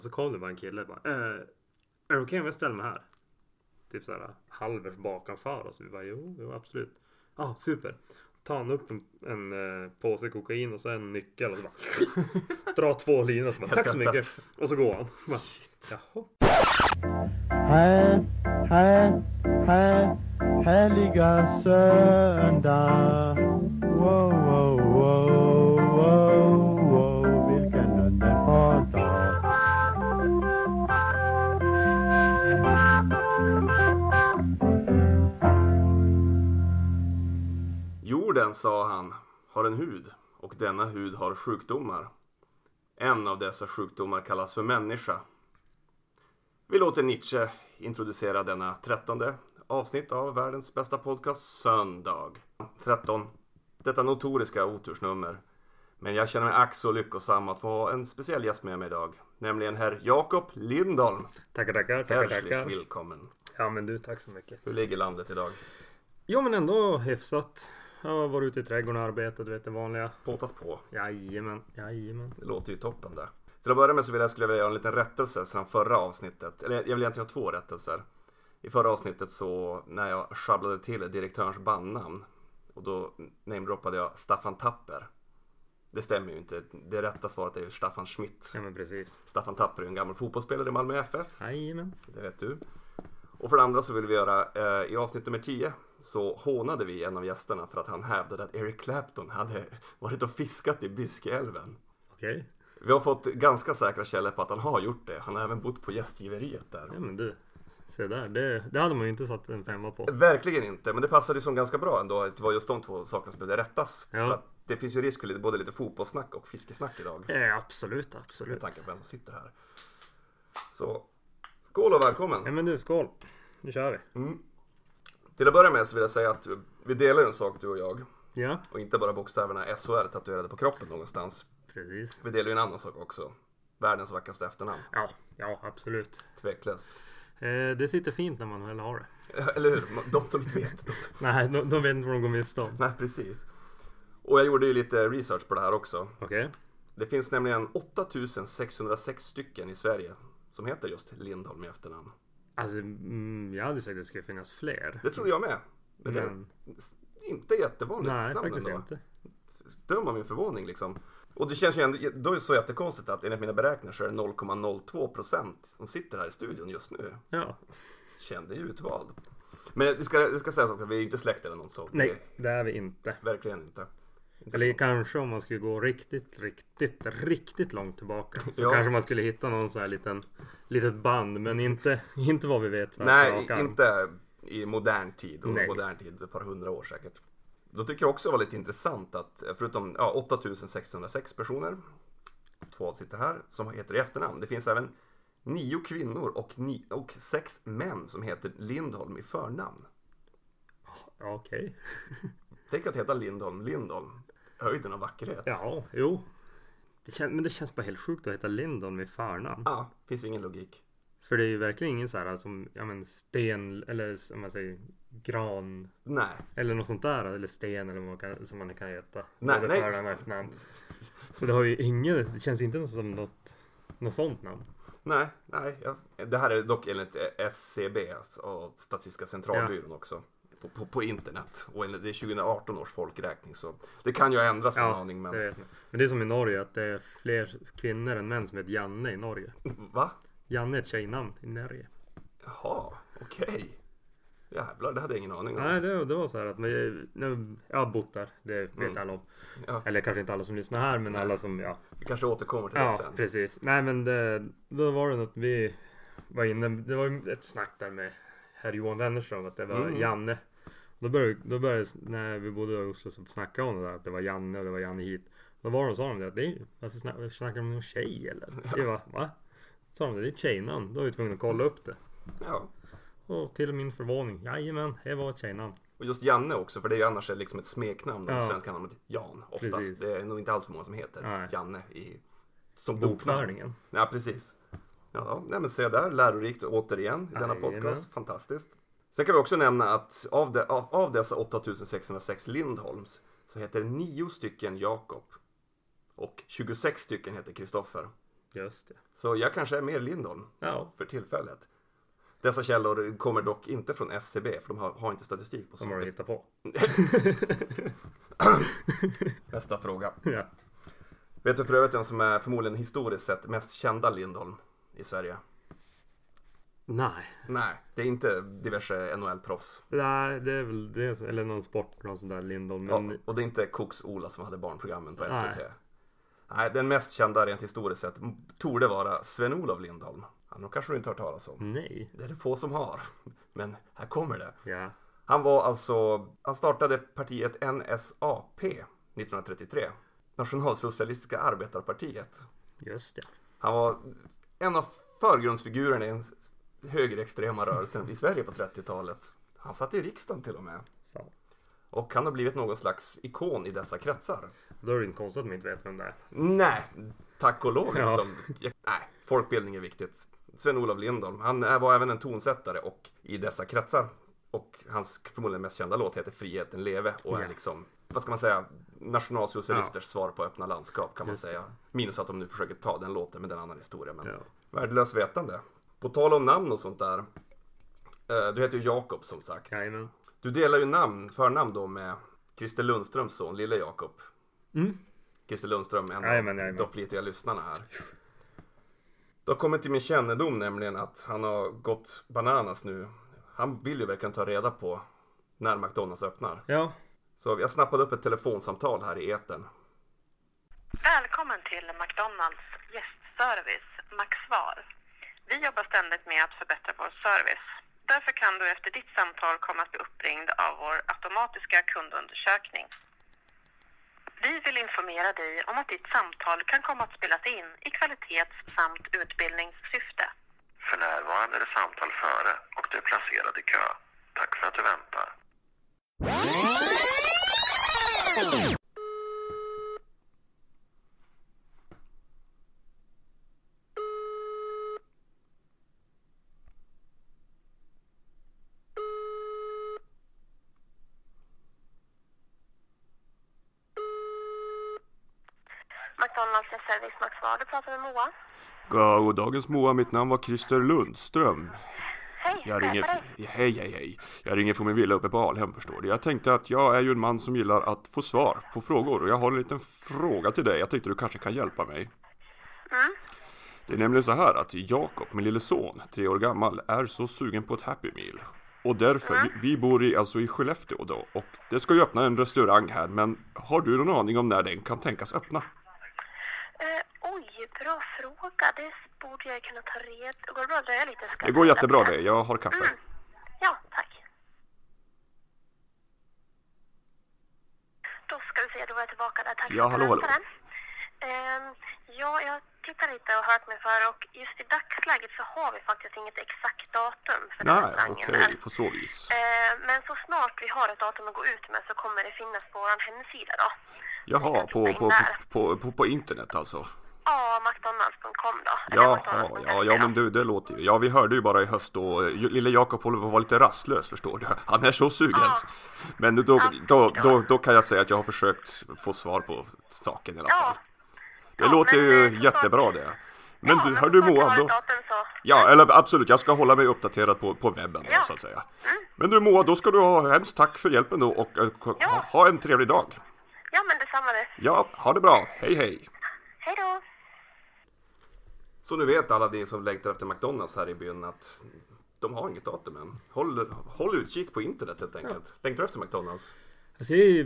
Så kom det bara en kille bara, är det okej om jag ställer mig här? Typ såhär halvers bakanför oss. Vi bara, jo absolut. Ja, super. Tar han upp en påse kokain och så en nyckel och så bara drar 2 linor och så bara, tack så mycket. Och så går han. Bara, jaha. Härliga söndag. Wow, wow, wow, wow, wow. Vilken underbar dag. Jorden, sa han, har en hud och denna hud har sjukdomar. En av dessa sjukdomar kallas för människa. Vi låter Nietzsche introducera denna 13:e avsnitt av världens bästa podcast Söndag. 13, detta notoriska otursnummer. Men jag känner mig ack så lyckosam att få en speciell gäst med mig idag. Nämligen herr Jakob Lindholm. Tackar. Herzlich willkommen. Ja men du, tack så mycket. Hur ligger landet idag? Jo men ändå hyfsat. Jag har varit ute i trädgården och arbetat, du vet det vanliga. Påtat på. Jajamän. Det låter ju toppen där. Till att börja med så skulle jag vilja göra en liten rättelse sedan förra avsnittet. Eller jag vill egentligen ha 2 rättelser. I förra avsnittet så när jag sjabblade till direktörens bandnamn. Och då namedroppade jag Staffan Tapper. Det stämmer ju inte. Det rätta svaret är ju Staffan Schmidt. Ja men precis. Staffan Tapper är en gammal fotbollsspelare i Malmö FF. Jajamän. Det vet du. Och för det andra så vill vi göra, i avsnitt nummer 10 så hånade vi en av gästerna för att han hävdade att Eric Clapton hade varit och fiskat i Byskeälven. Okej. Vi har fått ganska säkra källor på att han har gjort det. Han har även bott på gästgiveriet där. Ja men du, se där. Det hade man ju inte satt en 5 på. Verkligen inte, men det passade ju som ganska bra ändå. Det var just de 2 sakerna som behövde rättas. Ja. För att det finns ju risk för både lite fotbollssnack och fiskesnack idag. Absolut. Med tanke på vem som sitter här. Så, skål och välkommen. Ja men du, skål. Nu kör vi. Till att börja med så vill jag säga att vi delar en sak du och jag. Ja. Och inte bara bokstäverna SOR tatuerade på kroppen någonstans. Precis. Vi delar ju en annan sak också. Världens vackraste efternamn. Ja absolut. Tveklöst. Det sitter fint när man väl har det. Eller hur? De som inte vet. Nej, de vet inte vad de går miste om. Nej, precis. Och jag gjorde ju lite research på det här också. Okej. Det finns nämligen 8606 stycken i Sverige som heter just Lindholm i efternamn. Alltså, jag hade sagt att det skulle finnas fler. Det trodde jag med. Men det är inte jättevanligt. Nej, namn faktiskt ändå. inte. Döm av min förvåning liksom. Och det känns ju ändå, då är det så jättekonstigt att enligt mina beräkningar så är det 0,02% som sitter här i studion just nu. Ja. Kände ju utvald. Men det ska sägas också att vi är inte släkt eller något sånt. Nej, det är vi inte. Verkligen inte. Eller kanske om man skulle gå riktigt långt tillbaka. Så Ja. kanske man skulle hitta någon så här litet band. Men inte vad vi vet. Så här Nej, på rak arm. inte i modern tid. Och Nej. modern tid, ett par 100 år säkert. Då tycker jag också det var lite intressant att förutom 8606 personer, 2 sitter här, som heter i efternamn. Det finns även 9 kvinnor och 6 män som heter Lindholm i förnamn. Ja, okej. Tänk att heta Lindholm. Höjden av vackerhet. Ja, jo. Men det känns bara helt sjukt att heta Lindholm i förnamn. Ja, finns ingen logik. För det är ju verkligen ingen så här som, ja men sten eller som man säger gran Nej. eller något sånt där, eller sten eller vad som man kan heta. Nej. Förnamn och efternamn. Så det har ju det känns inte som något sånt namn. Nej. Det här är dock enligt SCB och Statistiska centralbyrån också. På internet. Och det är 2018 års folkräkning så det kan ju ändras en aning. Men... men det är som i Norge att det är fler kvinnor än män som heter Janne i Norge. Va? Janne är ett tjejnamn i Norge. Jaha, okej. Jävlar, det hade jag ingen aning om. Nej, det var så här att jag har bott där. Det vet alla om. Ja. Eller kanske inte alla som lyssnar här, men alla som, Vi kanske återkommer till det sen. Ja, precis. Nej, men då var det något vi var inne. Det var ett snack där med herr Johan Wennerström att det var Janne. Då började när vi bodde i Oslo så snackade om det där, att det var Janne och det var Janne hit. Då var de sa de det att varför snackar de om någon tjej eller? Det var, va? Sa de det är ett tjejnamn. Då var vi tvungna att kolla upp det. Ja. Och till min förvåning, jajamän, det var ett tjejnamn. Och just Janne också, för det är ju annars liksom ett smeknamn. Det svenska namnet Jan oftast. Precis. Det är nog inte alls för många som heter Janne som bokföringen. Ja, precis. Ja, nej, men se där, lärorikt återigen i denna podcast. Fantastiskt. Sen kan vi också nämna att av dessa 8606 Lindholms så heter 9 stycken Jakob och 26 stycken heter Kristoffer. Just det. Så jag kanske är mer Lindholm för tillfället. Dessa källor kommer dock inte från SCB, för de har inte statistik på sånt. Som har du hittat på. Nästa fråga. Ja. Vet du för övrigt vem som är förmodligen historiskt sett mest kända Lindholm i Sverige? Nej, det är inte diverse NHL-proffs. Nej, det är väl det, eller någon sport, någon sån där Lindholm. Men... Ja, och det är inte Koks-Ola som hade barnprogrammen på SVT. Nej, den mest kända rent historiskt sett torde vara Sven-Olof Lindholm. Han har kanske du inte hört talas om. Nej. Det är det få som har. Men här kommer det. Ja. Han startade partiet NSAP 1933. Nationalsocialistiska arbetarpartiet. Just det. Han var en av förgrundsfigurerna i en högerextrema rörelsen i Sverige på 30-talet. Han satt i riksdagen till och med. Så. Och han har blivit någon slags ikon i dessa kretsar. Då är det inte konstigt att man inte vet vem det är. Nej, tack och lov. Ja. Nej, folkbildning är viktigt. Sven-Olof Lindholm, han var även en tonsättare och i dessa kretsar. Och hans förmodligen mest kända låt heter Friheten leve och är liksom, vad ska man säga, nationalsocialisters svar på öppna landskap kan man säga. Minus att de nu försöker ta den låten med den annan historia, men värdelös vetande. På tal om namn och sånt där. Du heter ju Jakob som sagt. Jajamän. Du delar ju förnamn då med Christer Lundströms son, lille Jakob. Christer Lundström, en av de flitiga lyssnarna här. Det har kommit till min kännedom nämligen att han har gått bananas nu. Han vill ju verkligen ta reda på när McDonalds öppnar. Ja. Så jag snappade upp ett telefonsamtal här i etern. Välkommen till McDonalds gästservice, McSvar. Vi jobbar ständigt med att förbättra vår service. Därför kan du efter ditt samtal komma att bli uppringd av vår automatiska kundundersökning. Vi vill informera dig om att ditt samtal kan komma att spelas in i kvalitets- samt utbildningssyfte. För närvarande är det samtal före och du är placerad i kö. Tack för att du väntar. McDonalds service McSvar, du pratar med Moa. Ja, och dagens Moa, mitt namn var Christer Lundström. Hej, Hej. Jag ringer från min villa uppe på Alhem, förstår du. Jag tänkte att jag är ju en man som gillar att få svar på frågor. Och jag har en liten fråga till dig. Jag tänkte du kanske kan hjälpa mig. Det är nämligen så här att Jakob, min lille son, 3 år gammal, är så sugen på ett Happy Meal. Och därför, vi bor i Skellefteå då. Och det ska ju öppna en restaurang här. Men har du någon aning om när den kan tänkas öppna? Bra fråga. Det borde jag kunna ta reda. Går det bra att dröja lite? Det går jättebra det. Jag har kaffe. Ja, tack. Då ska vi se, då var jag tillbaka där. Tack ja, hallå. Ja, jag tittar lite och hört mig för och just i dagsläget så har vi faktiskt inget exakt datum för den restaurangen. Okej, på så vis. Men så snart vi har ett datum att gå ut med så kommer det finnas på vår hemsida då. Jaha, på internet alltså. Ja, McDonalds.com då. Ja, men det låter ju. Ja, vi hörde ju bara i höst då. Lille Jakob håller på att vara lite rastlös, förstår du. Han är så sugen. Men då kan jag säga att jag har försökt få svar på saken i alla fall. Det låter ju jättebra det. Men du, hör du Moa då? Ja, eller absolut. Jag ska hålla mig uppdaterad på webben då, så att säga. Men du Moa, då ska du ha hemskt tack för hjälpen då och ha en trevlig dag. Ja, men detsamma det. Ja, ha det bra. Hej. Hej då. Så nu vet alla de som längtar efter McDonalds här i byn att de har inget datum än. Håll utkik på internet helt enkelt. Längtar du efter McDonalds? Alltså jag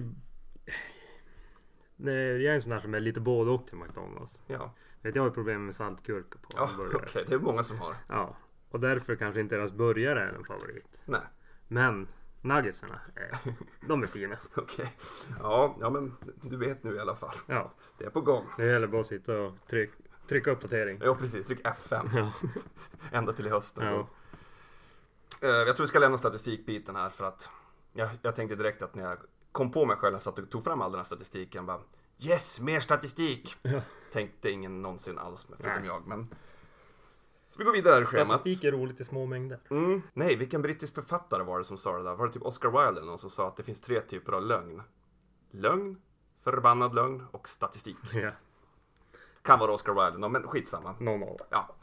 är en sån där som är lite både och till McDonalds. Ja. Jag har ju problem med saltgurka på hamburgare. Okej, det är många som har. Ja, och därför kanske inte deras burgare är en favorit. Nej. Men nuggetsarna, de är fina. Okej. Ja, men du vet nu i alla fall. Ja. Det är på gång. Det gäller bara att sitta och trycka uppdatering. Ja, precis. Tryck F5. Ja. Ända till i hösten. Ja. Jag tror vi ska lämna statistikbiten här för att jag tänkte direkt att när jag kom på mig själv så att jag tog fram all den här statistiken bara yes, mer statistik! Ja. Tänkte ingen någonsin alls förutom jag, men så vi går vidare i schemat. Statistik är roligt i små mängder. Nej, vilken brittisk författare var det som sa det där? Var det typ Oscar Wilde eller någon som sa att det finns 3 typer av lögn? Lögn, förbannad lögn och statistik. Ja. Kan vara Oscar Wilde, men skitsamma. No. Ja.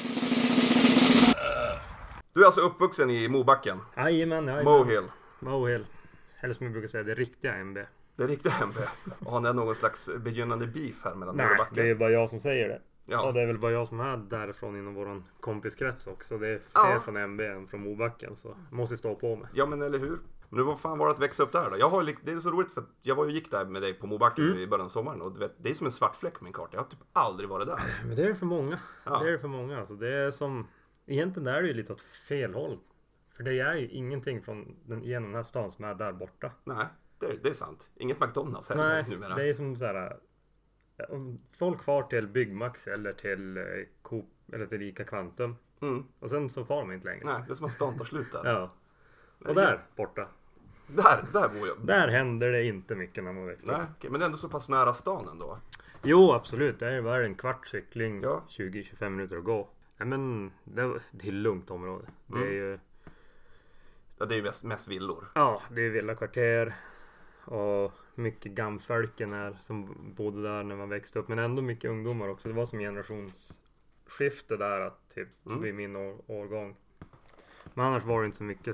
Du är alltså uppvuxen i Mobacken? Jajamän. Mohill. Eller som vi brukar säga, det riktiga MB. Det är riktigt MB. Och har ni någon slags begynnande beef här mellan Nej, Mobacken? det är bara jag som säger det. Ja. Och det är väl bara jag som är därifrån inom våran kompiskrets också. Det är fler från MB än från Mobacken, så måste stå på mig. Ja, men eller hur? Men vad fan var det att växa upp där då? Det är så roligt för att jag var ju gick där med dig på Mobacken i början av sommaren. Och du vet, det är som en svart fläck på min karta. Jag har typ aldrig varit där. Men det är för många. Ja. Det är för många. Alltså, det är som... Egentligen är det ju lite åt fel håll. För det är ju ingenting från den här stan som är där borta. Nej, det är sant. Inget McDonalds heller Nej, numera. det är som så här... Om folk far till Byggmax eller till Coop eller till Ica Kvantum. Och sen så far man inte längre. Nej, det är som att stan tar slut där. Ja. Och där borta. Där bor jag. Där händer det inte mycket när man växer upp. Nej, okej, men det är ändå så pass nära stan ändå. Jo, absolut. Det är bara en kvart cykling. Ja. 20-25 minuter att gå. Nej, men det är ett lugnt område. Det är ju... Ja, det är ju mest villor. Ja, det är villakvarter. Och mycket gamfolken här som bodde där när man växte upp. Men ändå mycket ungdomar också. Det var som generationsskifte där att typ vid min årgång. Men annars var det inte så mycket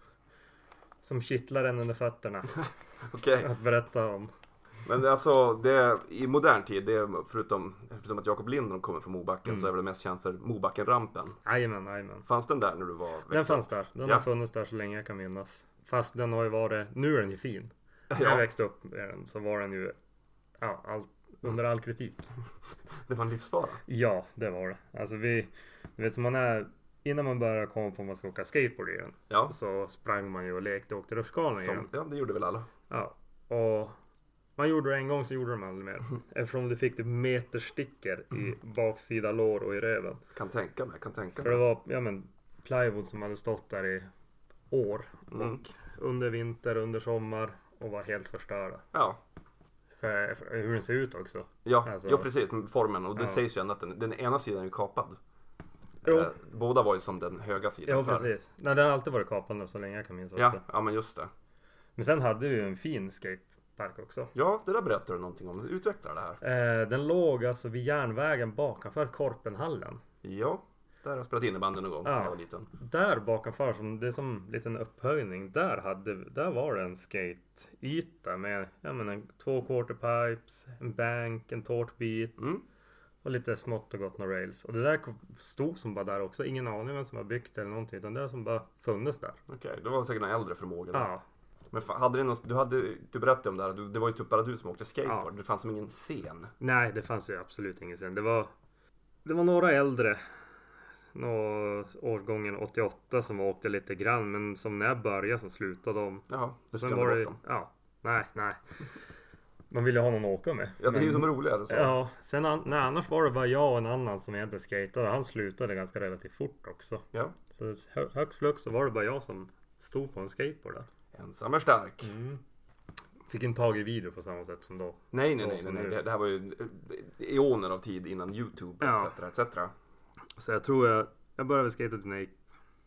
som kittlar en under fötterna. Okej. Att berätta om. Men alltså, det i modern tid, det är, förutom att Jakob Lindholm kommer från Mobacken, så är det mest känt för Mobacken-rampen. Jajamän. Fanns den där när du var växte Den upp? fanns där. Den har funnits där så länge jag kan minnas. Fast den har ju varit... Nu är den ju fin. När jag växte upp med den så var den ju under all kritik. Det var en livsfara. Ja, det var det. Alltså du vet som man är... Innan man började komma på att man ska åka skateboard i den. Ja. Så sprang man ju och lekte och åkte rutschkana i den. Ja, det gjorde väl alla. Ja. Och man gjorde det en gång så gjorde de aldrig mer. Eftersom du fick typ meterstickor i baksida lår och i röven. Kan tänka mig. För det var plywood som hade stått där i år. Och under vinter, under sommar. Och var helt förstörda. Ja. För hur den ser ut också. Ja, alltså, ja precis. Med formen. Och det sägs ju ändå att den ena sidan är ju kapad. Båda var ju som den höga sidan. Ja, precis. Nej, den har alltid varit kapad så länge jag kan minnas också. Ja, men just det. Men sen hade vi ju en fin skatepark också. Ja, det där berättar du någonting om. Utvecklar det här. Den låg alltså vid järnvägen bakanför Korpenhallen. Ja, där har jag spelat innebandy någon gång när jag var liten. Där bakanför, det är som en liten upphöjning. Där var det en skateyta med 2 quarterpipes, en bank, en tårtbit. Och lite smått och gott några rails. Och det där stod som bara där också. Ingen aning vem som har byggt eller någonting. Utan det är som bara funnits där. Okej, det var säkert en äldre förmåga. Ja. Men hade det du berättade om det här. Det var ju typ bara du som åkte skateboard. Ja. Det fanns som ingen scen. Nej, det fanns ju absolut ingen scen. Det var några äldre. Årgången 88 som åkte lite grann. Men som när jag började så slutade de. Jaha, det sen var det, nej. Man ville ha någon att åka med. Ja, det är ju som roligare så. Ja, sen annars var det bara jag och en annan som egentligen skatade. Han slutade ganska relativt fort också. Ja. Så högst flux så var det bara jag som stod på en skateboard där. Ensam är stark. Fick inte tag i video på samma sätt som då. Nej. Det här var ju eoner av tid innan YouTube etc. Så jag tror jag började skata när jag gick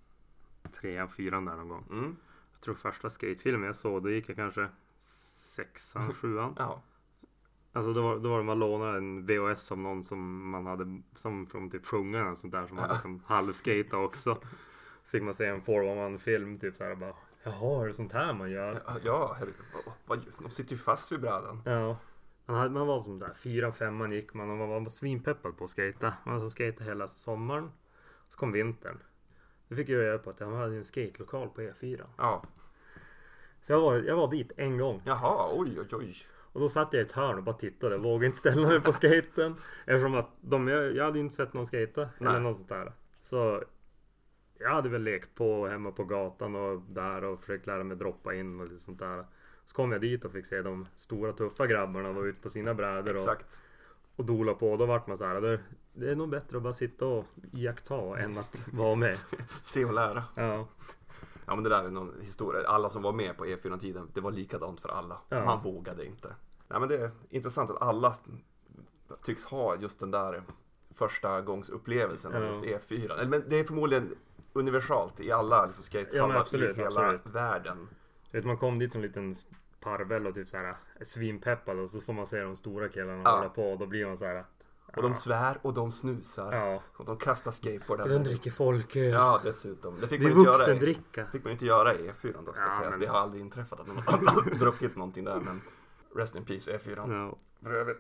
3-4 där någon gång. Jag tror första skatefilmen jag såg, då gick jag kanske 6:an, 7:an. Ja. Alltså då var det man lånade en VHS av någon som man hade som från typ Sjunga och sånt där som hade liksom halvskata också. Fick man se en 4-1-film typ så här bara, jaha, är det sånt här man gör? Ja, de sitter ju fast vid brädan. Ja. Man var som där 4-5 gick man och man var svinpeppad på att skata. Man var skata hela sommaren. Så kom vintern. Det fick jag reda på att jag hade en skatelokal på E4. Ja. Så jag var dit en gång. Jaha, oj. Och då satt jag i ett hörn och bara tittade. Jag vågade inte ställa mig på skaten. Eftersom att jag hade inte sett någon skata. Eller något sånt där. Så jag hade väl lekt på hemma på gatan och där och försökt lära mig droppa in och lite sånt där. Så kom jag dit och fick se de stora tuffa grabbarna var ute på sina brädor och dola på. Då vart man så här, det är nog bättre att bara sitta och iaktta än att vara med. Se och lära. Ja. Ja, men det där är någon historia. Alla som var med på E4-tiden, det var likadant för alla. Ja. Man vågade inte. Nej, men det är intressant att alla tycks ha just den där första gångs upplevelsen av just E4. Men det är förmodligen universalt i alla liksom, skatehallar i hela världen. Man kom dit som en liten parvel och typ så här svinpeppad och så får man se de stora killarna hålla på och då blir man så här Och de svär och de snusar. Ja. Och de kastar skateboard. Och de dricker folköl. Ja, dessutom. Det fick Det är man inte göra vuxendricka. fick man inte göra i E4 då, ska Ja, sägas. men- Det har aldrig inträffat att någon har druckit någonting där. Men rest in peace E4. Ja. För övrigt.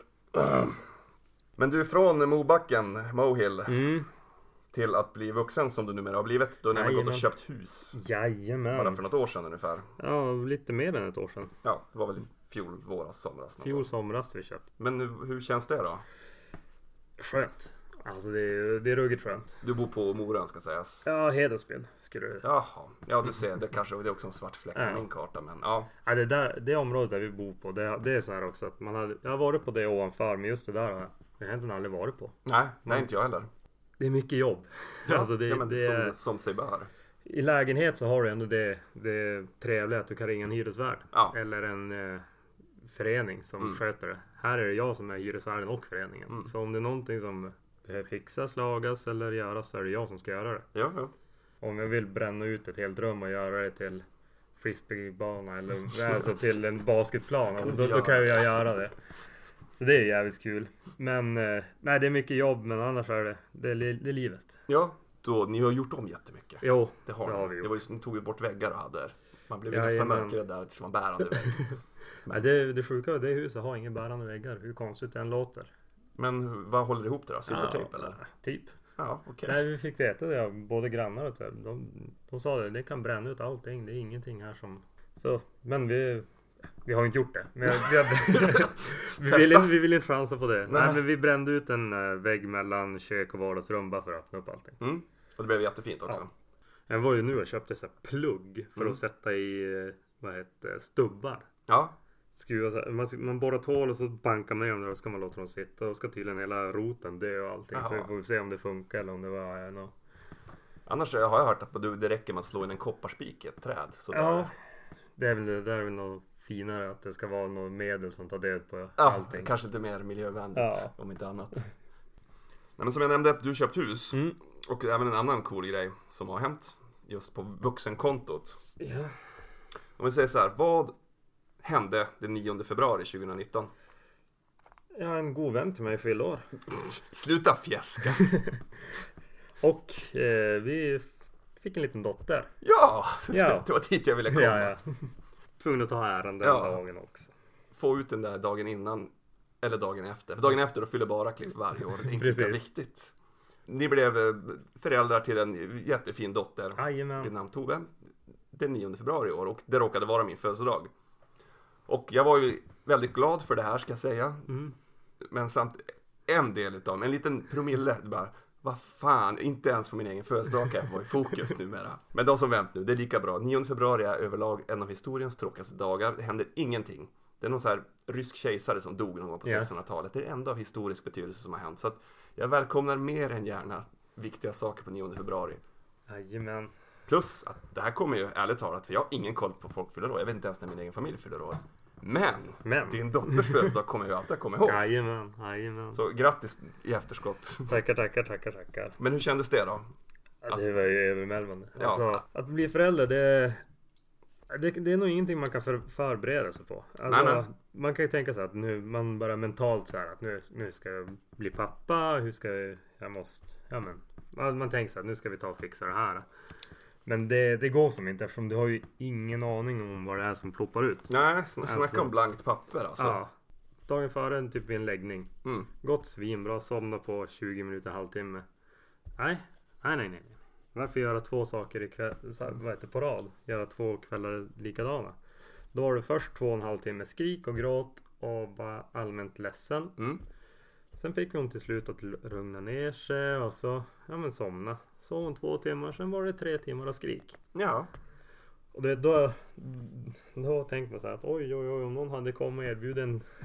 Men du, från Mobacken, Mohill, Mm. till att bli vuxen som du numera har blivit. Då har ni gått och Jajamän. köpt hus. Bara Jajamän. för något år sedan ungefär. Ja, lite mer än ett år sedan. Ja, det var väl i fjol, våras, somras. någon Fjol gång. somras vi köpt. Men hur känns det då? Skönt. Alltså det är ruggigt skönt. Du bor på Morön, ska sägas. Ja, Hedersbyn skulle du. Jaha, ja du ser, det är också en svart fläck på Ja. min karta, men ja. Ja, det området där vi bor på, det är så här också att jag har varit på det ovanför, men just det där har jag egentligen aldrig varit på. Nej, inte jag heller. Det är mycket jobb. Alltså det men är, som sig bör. i lägenhet så har du ändå det trevliga att du kan ringa en hyresvärd. Ja. Eller en förening som sköter det. Här är det jag som är hyresvärden och föreningen. Så om det är någonting som behöver fixas, lagas eller göras, så är det jag som ska göra det. Ja. Om jag vill bränna ut ett helt rum och göra det till frisbeebana eller alltså till en basketplan, alltså, då kan jag göra det. Så det är jävligt kul. Men nej, det är mycket jobb, men annars är det är livet. Ja, ni har gjort om jättemycket. Jo, Det har det ni. har vi gjort. Det var ju, ni tog ju bort väggar och hade. Man blev ju Ja, nästan jajamän. mörkare där tills man bärande vägg. Nej, det sjuka är det huset har inga bärande väggar, hur konstigt det än låter. Men vad håller ihop det då? Silvertejp eller? Typ. Ja, okej. Nej, vi fick veta det av både grannar och typ. De sa det kan bränna ut allting, det är ingenting här som... Så, men vi har inte gjort det. Men vi vill inte chansa på det. Nej, men vi brände ut en vägg mellan kök och vardagsrum bara för att öppna upp allting. Mm. Och det blev jättefint också. Ja. Jag var ju nu och köpte så här plugg för att sätta i stubbar. Ja. Skruva så här, man borrar ett hål och så bankar man ner dem där och ska man låta dem sitta. Och ska tydligen hela roten dö och allting. Så Jaha. vi får se om det funkar eller om det var något. Annars har jag hört att det räcker med att slå in en kopparspik i ett träd. Så Ja, det är väl något finare att det ska vara något medel som tar död på Ja, allting. kanske lite mer miljövänligt, Ja. om inte annat. Nej, men som jag nämnde, att du köpt hus. Mm. Och även en annan cool grej som har hänt just på vuxenkontot. Ja. Om vi säger så här, vad hände den 9 februari 2019? Jag har en god vän till mig fyller år. Sluta fjäska! Och vi fick en liten dotter. Ja, Ja. det var dit jag ville komma. Ja. Tvungen att ta äran den Ja. dagen också. Få ut den där dagen innan eller dagen efter. För dagen efter då fyller bara Cliff varje år. Det är inte lika Precis. viktigt. Ni blev föräldrar till en jättefin dotter vid Jajamän. namn Tove den 9 februari i år. Och det råkade vara min födelsedag. Och jag var ju väldigt glad för det här, ska jag säga. Mm. Men samt en del utav en liten promille bara, vad fan, inte ens på min egen födelsedag kan jag få vara i fokus numera. Men de som vänt nu, det är lika bra. 9 februari är överlag en av historiens tråkigaste dagar. Det händer ingenting. Det är någon så här rysk kejsare som dog någon gång på 1600-talet. Det är det enda av historisk betydelse som har hänt. Så att jag välkomnar mer än gärna viktiga saker på 9 februari. Jajamän. Plus att det här kommer ju ärligt talat, för jag har ingen koll på folk fyller år. Jag vet inte ens när min egen familj fyller år. Men din dotters födelsedag kommer jag alltid komma ihåg. Jajamän. Så grattis i efterskott. Tackar. Men hur kändes det då? Ja, det var ju överväldigande. Ja. Alltså, att bli förälder, det är nog ingenting man kan förbereda sig på. Alltså, Nej. man kan ju tänka sig att nu man bara mentalt så här att nu ska jag bli pappa, hur ska jag måste, ja men man tänker så att nu ska vi ta och fixa det här. Men det går som inte, eftersom du har ju ingen aning om vad det är som ploppar ut. Nej, snacka om blankt papper alltså. Ja. Dagen före typ vid en läggning. Mm. Gått svinbra, somna på 20 minuter, halvtimme. Nej. Varför göra två saker på rad? Göra 2 kvällar likadana. Då var det först 2,5 timme skrik och gråt och bara allmänt ledsen. Mm. Sen fick hon till slut att lugna ner sig och så somna. Sov hon 2 timmar, sen var det 3 timmar av skrik. Ja. Och då tänkte man så här att oj, om någon hade kommit och erbjudit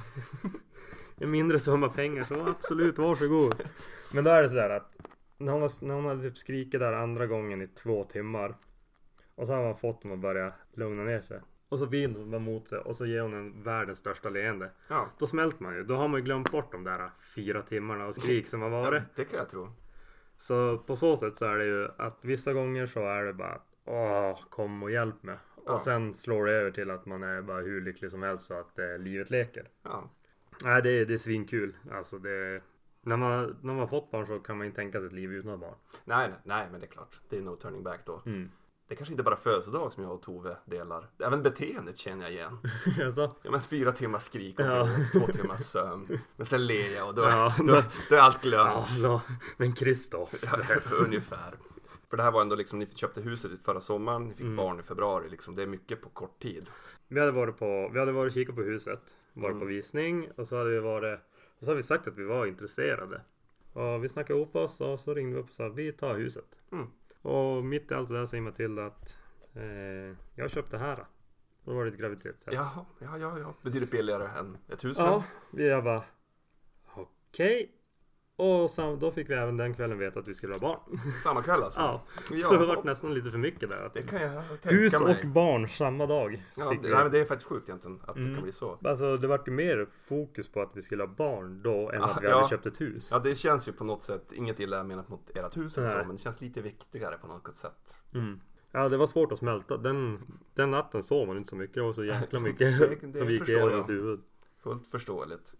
en mindre summa pengar så absolut, varsågod. Men då är det så där att när hon hade typ skrikit där andra gången i 2 timmar och så har man fått henne att börja lugna ner sig. Och så vill hon mot sig och så ger hon en världens största leende. Ja. Då smälter man ju. Då har man ju glömt bort de där 4 timmarna och skrik som har varit. Ja, det kan jag tro. Så på så sätt så är det ju att vissa gånger så är det bara kom och hjälp mig. Ja. Och sen slår det över till att man är bara hur lycklig som helst så att livet leker. Ja. Nej, det är svinkul. Alltså När man har fått barn så kan man inte tänka sig ett liv utan barn. Nej, men det är klart. Det är no turning back då. Mm. Det är kanske inte bara födelsedag som jag och Tove delar. Även beteendet känner jag igen. Alltså. Ja, men 4 timmars skrik och Ja. 2 timmars sömn. Men sen ler jag och då, Ja, då är allt glömt. Ja, men Kristoff. Ja, ungefär. För det här var ändå liksom, ni köpte huset förra sommaren, ni fick barn i februari liksom. Det är mycket på kort tid. Vi hade varit och kikat på huset. Varit på visning. Och så hade vi sagt att vi var intresserade. Och vi snackade ihop oss och så ringde vi upp och sa vi tar huset. Mm. Och mitt i allt det där säger Matilda att jag köpte det här. Och då var det ett graviditetstest. Jaha, ja. Betydligt billigare än ett hus. Ja, jag bara okej. Och då fick vi även den kvällen veta att vi skulle ha barn. Samma kväll alltså? Ja, Ja. så det var nästan lite för mycket där. Det kan jag tänka Hus mig. och barn samma dag. Ja, fick vi. nej, men det är faktiskt sjukt egentligen att det kan bli så. Alltså det var ju mer fokus på att vi skulle ha barn då än att vi Ja. hade köpt ett hus. Ja, det känns ju på något sätt, inget illa menat mot ert hus eller så, Nej. men det känns lite viktigare på något sätt. Mm. Ja, det var svårt att smälta. Den natten sov man inte så mycket. Det var så jäkla mycket Det som vi gick förstår igenom jag. hans huvud. Fullt förståeligt.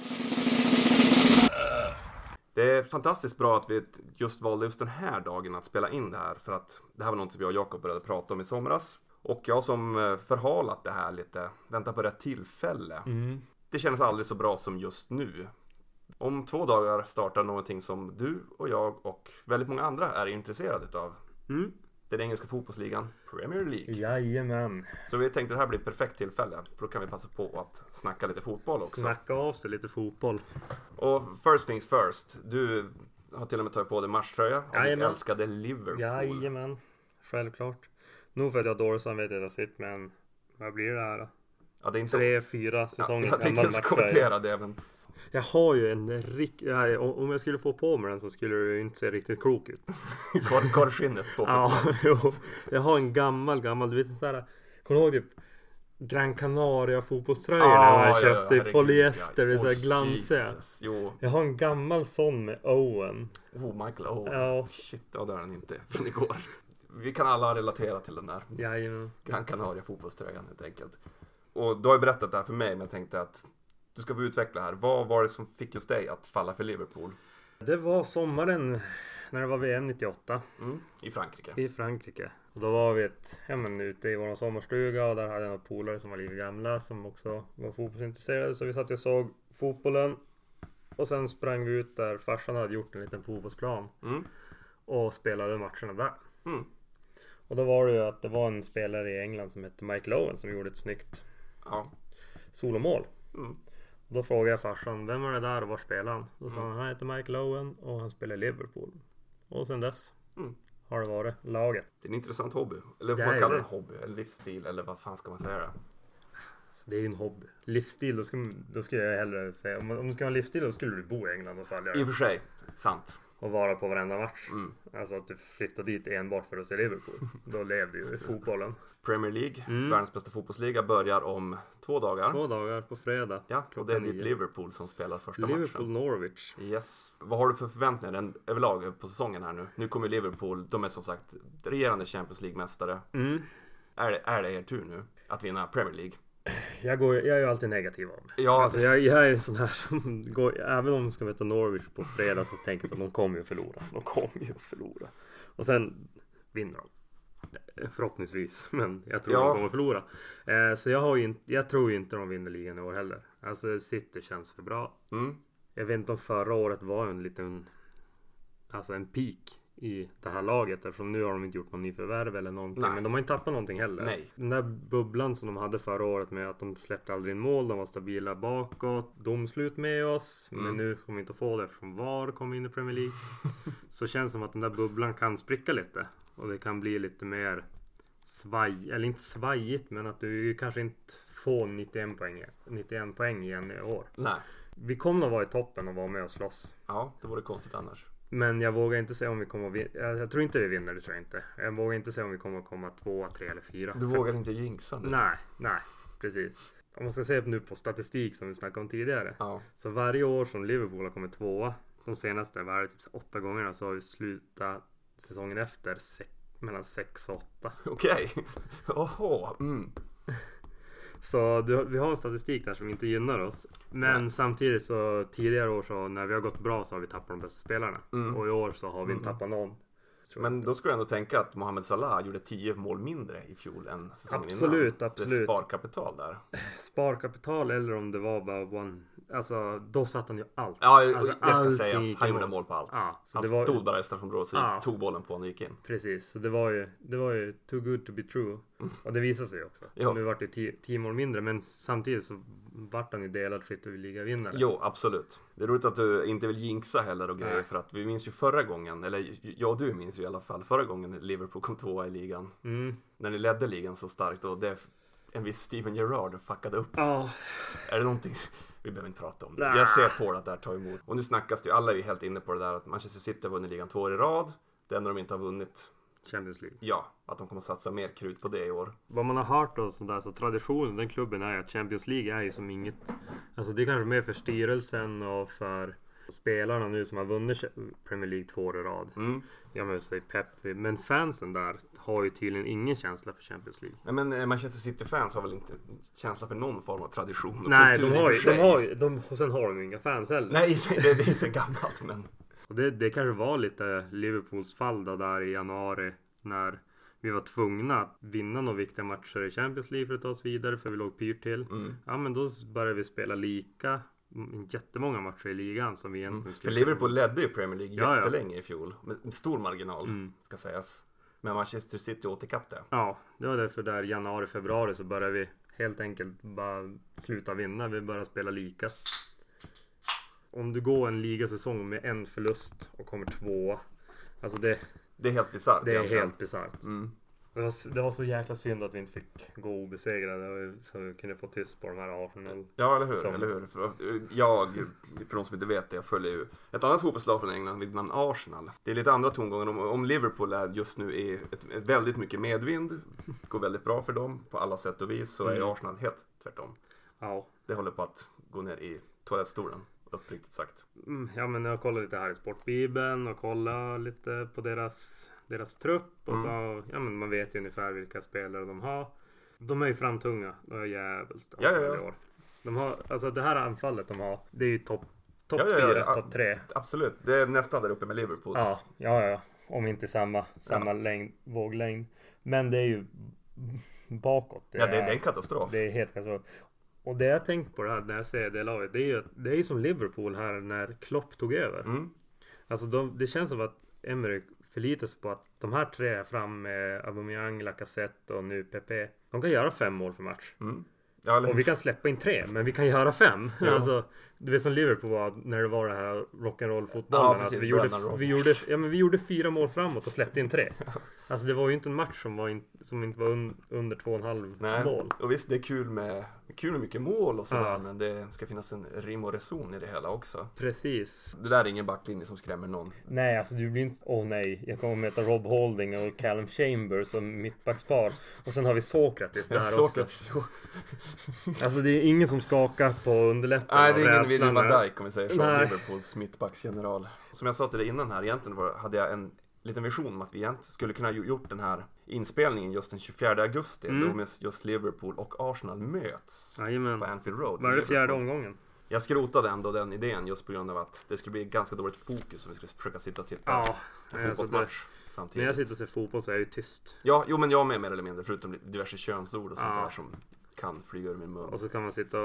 Det är fantastiskt bra att vi just valde just den här dagen att spela in det här. För att det här var något som jag och Jakob började prata om i somras. Och jag som förhalat det här lite, väntar på rätt tillfälle. Det känns aldrig så bra som just nu. Om 2 dagar startar någonting som du och jag och väldigt många andra är intresserade av. Den engelska fotbollsligan Premier League. Jajamän. Så vi tänkte att det här blir ett perfekt tillfälle. För då kan vi passa på att snacka lite fotboll också. Snacka av sig lite fotboll. Och first things first. Du har till och med tagit på dig matchtröja av ditt Jajamän. älskade Liverpool. Jajamän. Självklart. Nog för att jag har dåligt samvete att jag sitter med en, vad blir det här då? Ja, det är inte... 3-4 säsonger jag tänkte gammal just matchtröja. kommentera det även. Jag har ju en om jag skulle få på mig den så skulle det ju inte se riktigt klok ut. Korrskinnet. Ja, jo. Jag har en gammal, du vet en sån här, kommer du ihåg typ Gran Canaria fotbollströjorna jag köpte i polyester, det är så här glansiga. Jo. Jag har en gammal sån med Owen. Michael Owen. Ja. Shit, ja det är den inte från igår. Vi kan alla relatera till den där Jajamän. Gran Canaria fotbollströjan helt enkelt. Och du har ju berättat det här för mig, men jag tänkte att du ska få utveckla här. Vad var det som fick just dig att falla för Liverpool? Det var sommaren när det var VM 98 I Frankrike. i Frankrike. Och då var vi ute i vår sommarstuga och där hade jag några polare som var lite gamla som också var fotbollsintresserade. Så vi satt och såg fotbollen och sen sprang vi ut där farsan hade gjort en liten fotbollsplan och spelade matcherna där. Och då var det ju att det var en spelare i England som hette Michael Owen som gjorde ett snyggt solomål. Och då frågade jag farsan, vem var det där och var spelar han? Då sa han heter Michael Owen och han spelar i Liverpool. Och sen dess har det varit laget. Det är en intressant hobby. Eller vad Ja, man kallar det, det. en hobby. En livsstil, eller vad fan ska man säga det? Så det är ju en hobby. Livsstil, då skulle jag hellre säga, om du ska ha en livsstil då skulle du bo i England och falla I och för sig, sant. och vara på varenda match. Alltså att du flyttar dit enbart för att se Liverpool. Då levde ju fotbollen. Premier League, världens bästa fotbollsliga, börjar om 2 dagar. 2 dagar på fredag. Ja, och det är ditt 9. Liverpool som spelar första Liverpool matchen. Norwich. Yes. Vad har du för förväntningar överlag på säsongen här nu? Nu kommer Liverpool, de är som sagt regerande Champions League-mästare. Är det er tur nu att vinna Premier League? Jag är ju alltid negativ av mig. Ja, Alltså jag är en sån här som går, även om de ska möta Norwich på fredag så tänker jag att de kommer ju att förlora. De kommer ju att förlora. Och sen vinner de. Förhoppningsvis, men jag tror de kommer att förlora. Så jag tror ju inte de vinner ligan i år heller. Alltså City känns för bra. Jag vet inte om förra året var en liten, alltså en peak i det här laget, eftersom nu har de inte gjort någon nyförvärv eller någonting. Nej. Men de har inte tappat någonting heller. Nej. Den där bubblan som de hade förra året med att de släppte aldrig in mål, de var stabila bakåt, domslut med oss, men nu kommer vi inte att få det eftersom VAR kommer in i Premier League. Så känns det som att den där bubblan kan spricka lite och det kan bli lite mer eller inte svajigt, men att du kanske inte får 91 poäng igen i år. Nej. Vi kommer att vara i toppen och vara med och slåss. Ja, det vore konstigt annars. Men jag vågar inte säga om vi kommer att vinna. Jag tror inte vi vinner, det tror jag inte. Jag vågar inte säga om vi kommer att komma 2, 3 eller 4. Du vågar inte jinxa nu? Nej, precis. Om man ska se nu på statistik som vi snackade om tidigare. Ja. Så varje år som Liverpool har kommit 2, de senaste typ 8 gångerna, så har vi slutat säsongen efter mellan 6 och 8. Okej. Oho. Så vi har en statistik där som inte gynnar oss. Men samtidigt så tidigare år så när vi har gått bra så har vi tappat de bästa spelarna. Och i år så har vi inte tappat någon. Men då skulle jag ändå tänka att Mohamed Salah gjorde 10 mål mindre i fjol än säsongen Absolut. Det är sparkapital där. Sparkapital eller om det var bara alltså då satt han ju allt. Ja, alltså, det ska sägas. Han gjorde mål på allt. Ja, han stod bara i straffområdet så tog bollen på och gick in. Precis, så det var ju too good to be true. Och det visade sig också. Nu vart det 10 mål mindre, men samtidigt så vart han ju delad skytteligavinnare. Jo, absolut. Det är roligt att du inte vill jinxa heller och grejer. För att vi minns ju förra gången, eller du minns ju i alla fall förra gången Liverpool kom 2 i ligan. När ni ledde ligan så starkt och det en viss Steven Gerrard fuckade upp. Är det någonting vi behöver inte prata om? Jag ser på att det här tar emot. Och nu snackas det ju, alla är ju helt inne på det där att Manchester City har vunnit ligan 2 år i rad. Det enda de inte har vunnit Champions League. Ja, att de kommer att satsa mer krut på det i år. Vad man har hört och sådär, så traditionen den klubben är att Champions League är ju som inget. Alltså det är kanske mer för styrelsen och för spelarna nu som har vunnit Premier League 2 år i rad. Jag måste säga Pep. Men fansen där har ju tydligen ingen känsla för Champions League. Nej, men Manchester City-fans har väl inte känsla för någon form av tradition och nej, och sen har de ju inga fans heller. Nej, det är så gammalt, men... Och det kanske var lite Liverpools fall då, där i januari när vi var tvungna att vinna några viktiga matcher i Champions League för att ta oss vidare, för vi låg pyrt till. Ja, men då började vi spela lika jättemånga matcher i ligan som vi egentligen skulle. För Liverpool ledde ju Premier League jättelänge i fjol med stor marginal ska sägas. Men Manchester City återkapp det. Ja, det var därför där januari, februari så började vi helt enkelt bara sluta vinna. Vi började spela lika. Om du går en ligasäsong med en förlust och kommer 2, alltså det är helt bisarrt. Det är helt bisarrt. Det var så jäkla synd att vi inte fick gå obesegrade så vi kunde få tyst på de här Arsenal. Ja, eller hur? För de som inte vet det, jag följer ju ett annat fotbollslag från England vid namn Arsenal. Det är lite andra tongångar. Om Liverpool är just nu i ett väldigt mycket medvind, går väldigt bra för dem på alla sätt och vis, så är Arsenal helt tvärtom. Ja. Det håller på att gå ner i toalettstolen. Uppriktigt sagt. Ja, men jag kollar lite här i Sportbibeln och kollar lite på deras trupp och så, ja, men man vet ju ungefär vilka spelare de har. De är ju framtunga. De är jävligt i år. De har, alltså det här anfallet de har, det är ju topp 4, topp 3. Absolut, det är nästan där uppe med Liverpool. Ja. Om inte samma våglängd. Men det är ju bakåt. Det är en katastrof. Det är helt katastrof. Och det jag tänkt på det här när jag ser det laget, det är ju som Liverpool här när Klopp tog över. Alltså det känns som att Emery förlitar sig på att de här 3 fram med Aubameyang, Lacazette och nu Pepe, de kan göra 5 mål för match. Och vi kan släppa in 3, men vi kan göra 5. Alltså, du vet som Liverpool var när det var det här rock'n'roll fotbollen. Ja, alltså, vi gjorde 4 mål framåt och släppte in 3. Alltså det var ju inte en match som inte var under 2,5 mål. Och visst, det är kul med mycket mål och sådär, men det ska finnas en rim och reson i det hela också. Precis. Det där är ingen backlinje som skrämmer någon. Nej, alltså du blir inte... jag kommer möta Rob Holding och Callum Chambers som mittbackspar. Och sen har vi Sokratis där också. Alltså det är ingen som skakar på underläppen. Nej, det är ingen Virgil van Dijk om vi säger så. Liverpools mittbacksgeneral. Som jag sa till dig innan här, egentligen hade jag en liten vision om att vi egentligen skulle kunna gjort den här inspelningen just den 24 augusti. Då med just Liverpool och Arsenal möts på Anfield Road. Var det 4:e omgången? Jag skrotade ändå den idén just på grund av att det skulle bli ganska dåligt fokus om vi skulle försöka sitta och titta på fotbollsmatch samtidigt. När jag sitter och ser fotboll så är jag ju tyst. Ja, men jag med mer eller mindre, förutom diverse könsord och sånt där som kan flyga ur min mun. Och så kan man sitta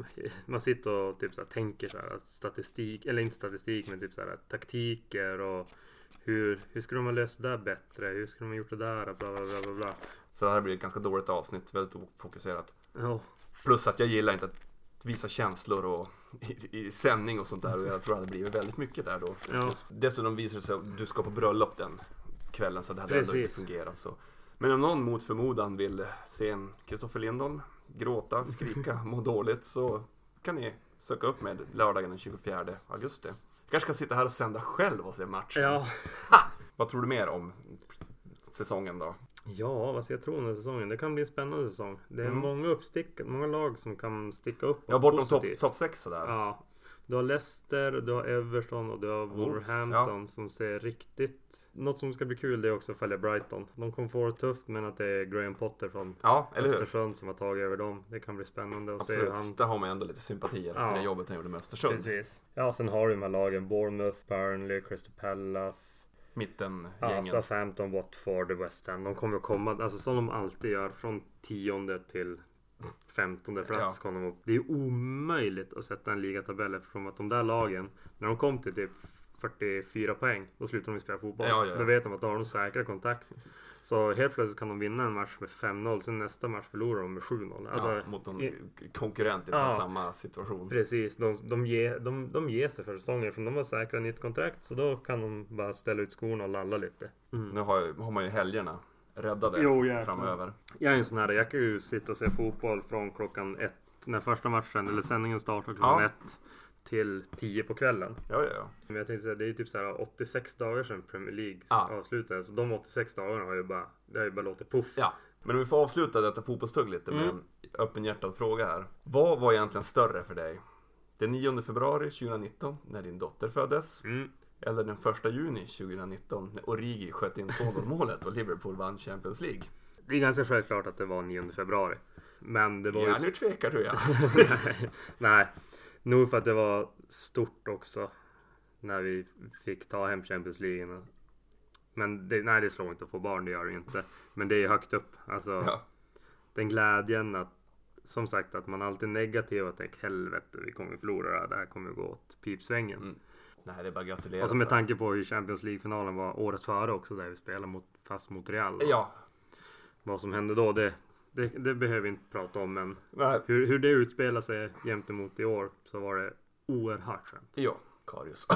och typ så här, tänker så här, att statistik, eller inte statistik, men typ så här, taktiker och hur skulle de ha löst det där bättre? Hur skulle de ha gjort det där? Bla, bla, bla, bla. Så det här blir ett ganska dåligt avsnitt, väldigt ofokuserat. Ja. Plus att jag gillar inte att visa känslor och i sändning och sånt där, och jag tror att det blir väldigt mycket där då. Ja. Dessutom visar det sig att du ska på bröllop den kvällen, så det hade ändå inte fungerat så. Men om någon mot förmodan vill se en Kristoffer Lindholm gråta, skrika, må dåligt, så kan ni söka upp med lördagen den 24 augusti. Jag kanske ska sitta här och sända själv och se matchen. Ja. Vad tror du mer om säsongen då? Ja, vad ska jag tro om den säsongen? Det kan bli en spännande säsong. Det är många lag som kan sticka upp. Ja, bortom topp 6 sådär. Ja. Du har Leicester, du har Everton och du har Wolverhampton som ser riktigt... Något som ska bli kul det är också att följa Brighton. De kommer få det tufft, men att det är Graham Potter från Östersund som har tagit över dem. Det kan bli spännande att se hur han... Där har man ändå lite sympatier efter det jobbet han gjorde med Östersund. Precis. Ja, sen har du de här lagen Bournemouth, Burnley, Crystal Palace. Mittengängen. Southampton, Watford och West Ham. De kommer att komma, alltså som de alltid gör, från 10:e till 15:e plats. Det är ju omöjligt att sätta en ligatabell eftersom att de där lagen, när de kom till typ 44 poäng, då slutar de spela fotboll. Då vet de att de har de säkra kontakt. Så helt plötsligt kan de vinna en match med 5-0, sen nästa match förlorar de med 7-0. Alltså, mot en konkurrent i samma situation. Precis, de ger sig för säsongen, för de har säkrat nytt kontrakt, så då kan de bara ställa ut skorna och lalla lite. Nu har man ju helgerna räddade framöver. Jag är en sån här, jag kan ju sitta och se fotboll från klockan 1 när första matchen eller sändningen startar klockan 1 till 10 på kvällen. Ja. Men jag tänkte säga, det är ju typ så här 86 dagar sedan Premier League avslutade. Så de 86 dagarna har ju bara låtit puff. Ja, men om vi får avsluta detta fotbollstugg lite med en öppenhjärtad fråga här. Vad var egentligen större för dig? Den 9 februari 2019 när din dotter föddes? Eller den 1 juni 2019 när Origi sköt in 2-0-målet och Liverpool vann Champions League? Det är ganska självklart att det var 9 februari. Men det var ju... nu tvekar du Nej. Nog för att det var stort också när vi fick ta hem Champions League. Men det slår inte att få barn, det gör det inte. Men det är högt upp. Alltså, den glädjen att, som sagt, att man alltid är negativ och tänker helvete, vi kommer förlora det här kommer gå åt pipsvängen. Nej, det är bara att gratulera. Och så med tanke på hur Champions League-finalen var året före också, där vi spelade fast mot Real. Ja. Vad som hände då, det behöver vi inte prata om, men hur det utspelar sig gentemot i år, så var det oerhört skönt. Ja, Karius.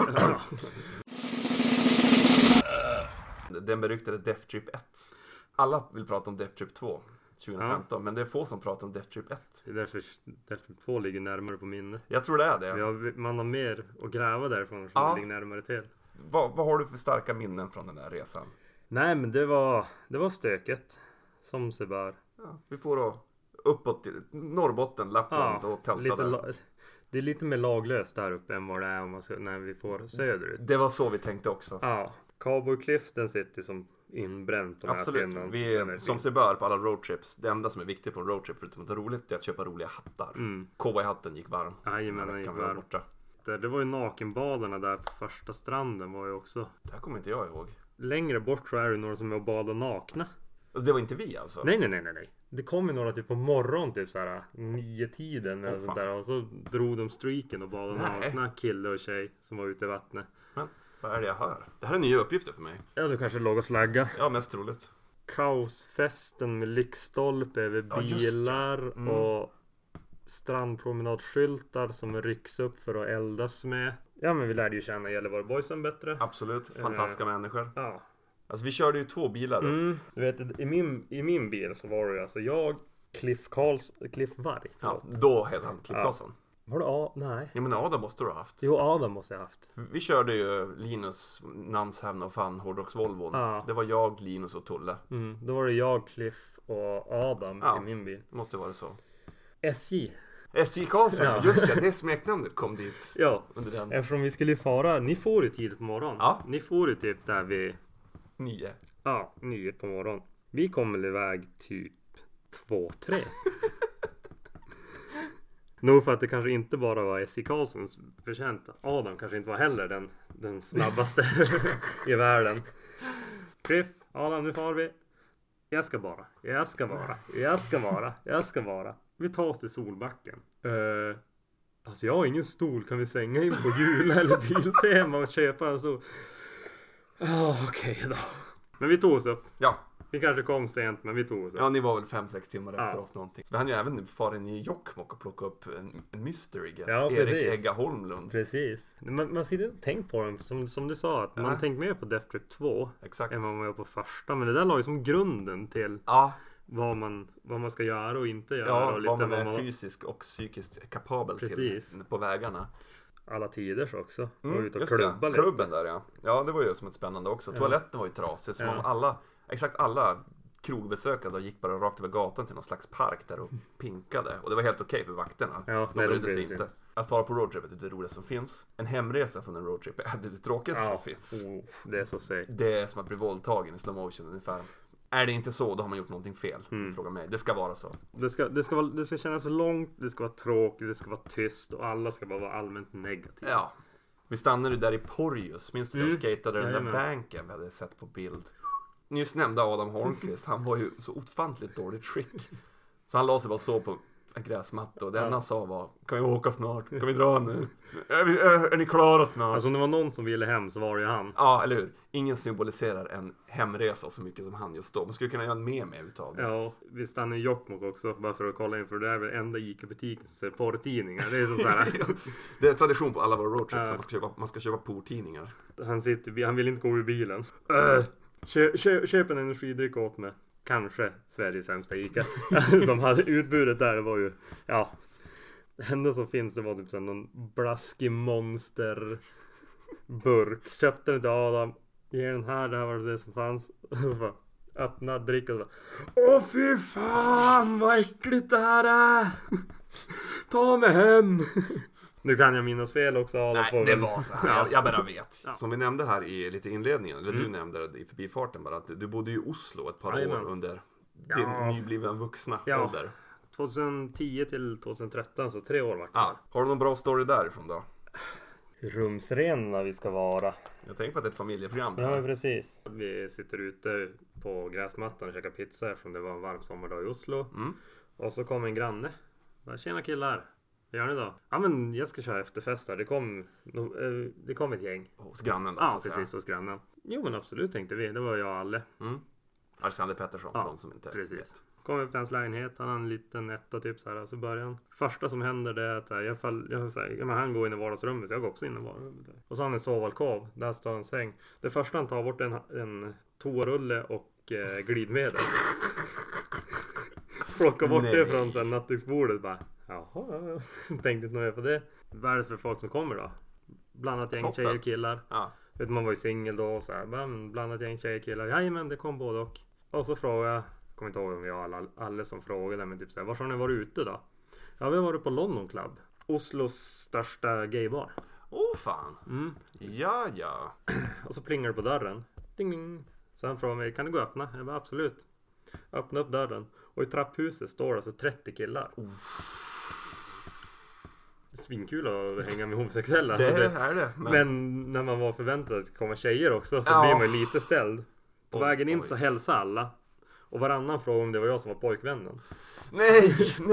Den beryktade Death Trip 1. Alla vill prata om Death Trip 2 2015, men det är få som pratar om Death Trip 1. Det är därför Death Trip 2 ligger närmare på minnet. Jag tror det är det. Man har mer att gräva därifrån som ligger närmare till. Vad har du för starka minnen från den här resan? Nej, men det var stöket. Som sig bör. Ja, vi får då uppåt till Norrbotten, Lappland och tälta där. Det är lite mer laglöst där uppe än vad det är när vi får söderut. Det var så vi tänkte också. Ja, Cowboy Cliff, den sitter som inbränt. Absolut, vi är som sig bör på alla roadtrips. Det enda som är viktigt på en roadtrip förutom att det är roligt är att köpa roliga hattar. Cowboy-hatten gick varm. Jajamän, den gick varm. Det var ju nakenbadarna där på första stranden var ju också. Det här kommer inte jag ihåg. Längre bort så är det några som är och badar nakna. Alltså, det var inte vi alltså? Nej. Det kom ju några typ på morgon typ såhär 9-tiden eller sånt där. Och så drog de streaken och badade nakna kille och tjej som var ute i vattnet. Men vad är det jag hör? Det här är nya uppgifter för mig. Ja, du kanske låg och slagga. Ja, mest troligt. Kaosfesten med lyktstolpe över bilar och strandpromenadskyltar som rycks upp för att eldas med. Ja, men vi lärde ju känna Gällivare Boysen bättre. Absolut, fantastiska människor. Ja. Alltså vi körde ju 2 bilar då. Du vet, i min bil så var det ju alltså jag, Cliff Varg. Ja, då hette han Cliff Karlsson. Var det nej. Ja, men Adam måste du ha haft. Jo, Adam måste jag ha haft. Vi körde ju Linus, Nans Heaven of Fun, Hårdrocksvolvon. Det var jag, Linus och Tulle. Då var det jag, Cliff och Adam i min bil. Det måste vara så. SJ Karlsson, just det smeknamnet kom dit. Ja, under den. Eftersom vi skulle fara, ni får ju tid på morgonen. Ja. Ni får ju typ där vid 9. Ja, 9 på morgonen. Vi kommer iväg typ 2-3. Nog för att det kanske inte bara var SJ Karlssons förtjänt. Adam kanske inte var heller den snabbaste i världen. Cliff, Adam, nu far vi. Jag ska vara. Vi tar oss till Solbacken. Alltså jag har ingen stol. Kan vi svänga in på Jula eller Biltema och köpa en så? Okej då. Men vi tog oss upp. Ja. Vi kanske kom sent, men vi tog oss upp. Ja, ni var väl 5-6 timmar efter oss någonting. Så vi hann ju även fara in i Jokkmokk och plocka upp en mystery guest. Ja, Erik Egga Holmlund. Precis. Man ser inte tänkt på dem, som du sa, att man tänkt mer på Death Trip 2 Exakt. än vad man gör på första. Men det där la ju som grunden till vad man ska göra och inte göra. Ja, och lite vad man är fysiskt och psykiskt kapabel till på vägarna. Alla tiders också. Och ut och klubba lite. Klubben där, ja. Ja, det var ju som ett spännande också. Toaletten var ju trasigt. Som om exakt alla krogbesökare och gick bara rakt över gatan till någon slags park där och pinkade. Och det var helt okej för vakterna. Ja, de brydde sig inte. Att vara på roadtrip är det roligaste som finns. En hemresa från en roadtrip är det tråkigaste som finns. Det är så segt. Det är som att bli våldtagen i slow motion ungefär. Är det inte så, då har man gjort någonting fel. Fråga mig. Det ska vara så. Det ska kännas långt, det ska vara tråkigt, det ska vara tyst och alla ska bara vara allmänt negativa. Ja. Vi stannade där i Porjus. Minns du jag skatade den där banken vi hade sett på bild. Nyss nämnda Adam Holmqvist. Han var ju så ofantligt dåligt skick. Så han la sig bara så på en gräsmatta. Och det enda han sa var: kan vi åka snart? Kan vi dra nu? Är ni klara snart? Alltså om det var någon som ville hem så var det ju han. Ja, eller hur? Ingen symboliserar en hemresa så mycket som han just då. Man skulle kunna göra en meme utav det. Ja, vi stannade i Jokkmokk också. Bara för att kolla in. För det är väl enda ICA-butiken som ser porrtidningar. Det är så här. Det är tradition på alla våra roadtrips. Man ska köpa porrtidningar. Han vill inte gå ur bilen. Köp en energidryck åt mig. Kanske Sveriges sämsta ICA. De hade utbudet där, det var ju, ja, det enda som finns, det var typ sån någon blaskig monster burk. Köpte den till Adam. Ge den här, det här var det som fanns. Öppna, dricka och så bara: åh fy fan vad äckligt det här är. Ta mig hem. Nu kan jag minnas fel också. Nej, det var så här. Jag bara vet. Ja. Som vi nämnde här i lite inledningen, eller du nämnde det i förbifarten bara, att du bodde i Oslo ett par år under din nyblivna vuxna ålder. 2010 till 2013, så 3 år var det. Ja. Har du någon bra story därifrån då? Rumsrena vi ska vara. Jag tänker på att det är ett familjeprogram där. Ja, precis. Vi sitter ute på gräsmattan och käkar pizza eftersom det var en varm sommardag i Oslo. Och så kom en granne. Tjena killar. Vad gör ni då? Ja, men jag ska köra efterfest här. Det kom ett gäng. Hos grannen då? Ja, precis, hos grannen. Jo, men absolut, tänkte vi. Det var jag och Alle. Alexander Pettersson, för de som inte vet. Kom upp till hans lägenhet. Han har en liten etta typ så här. Så börjar han. Första som händer det är att men han går in i vardagsrummet. Så jag går också in i vardagsrummet. Och så har han en sovalkov. Där står en säng. Det första han tar bort en toarulle och glidmedel. Plockar bort det från så här nattduksbordet. Bara, jaha, tänkte inte något mer på det. Vad är det för folk som kommer då? Blandat gäng tjejer och killar. Ja. Vet, man var ju singel då och så här. Blandat gäng tjejer och killar. Jajamän, det kom både och. Och så frågade jag, kommer inte ihåg om vi har alla som frågade, men typ så här: var har ni varit ute då? Ja, vi har varit på London Club. Oslos största gaybar. Fan. Ja. Och så plingar det på dörren. Ding ding. Så han frågade mig, kan du gå och öppna? Jag bara, absolut. Öppna upp dörren. Och i trapphuset står alltså 30 killar. Svinkul att hänga med homosexuella. Det är det. Men när man var förväntad att det komma tjejer också, så blir man ju lite ställd. På vägen in så hälsade alla. Och varannan frågade om det var jag som var pojkvännen. Nej.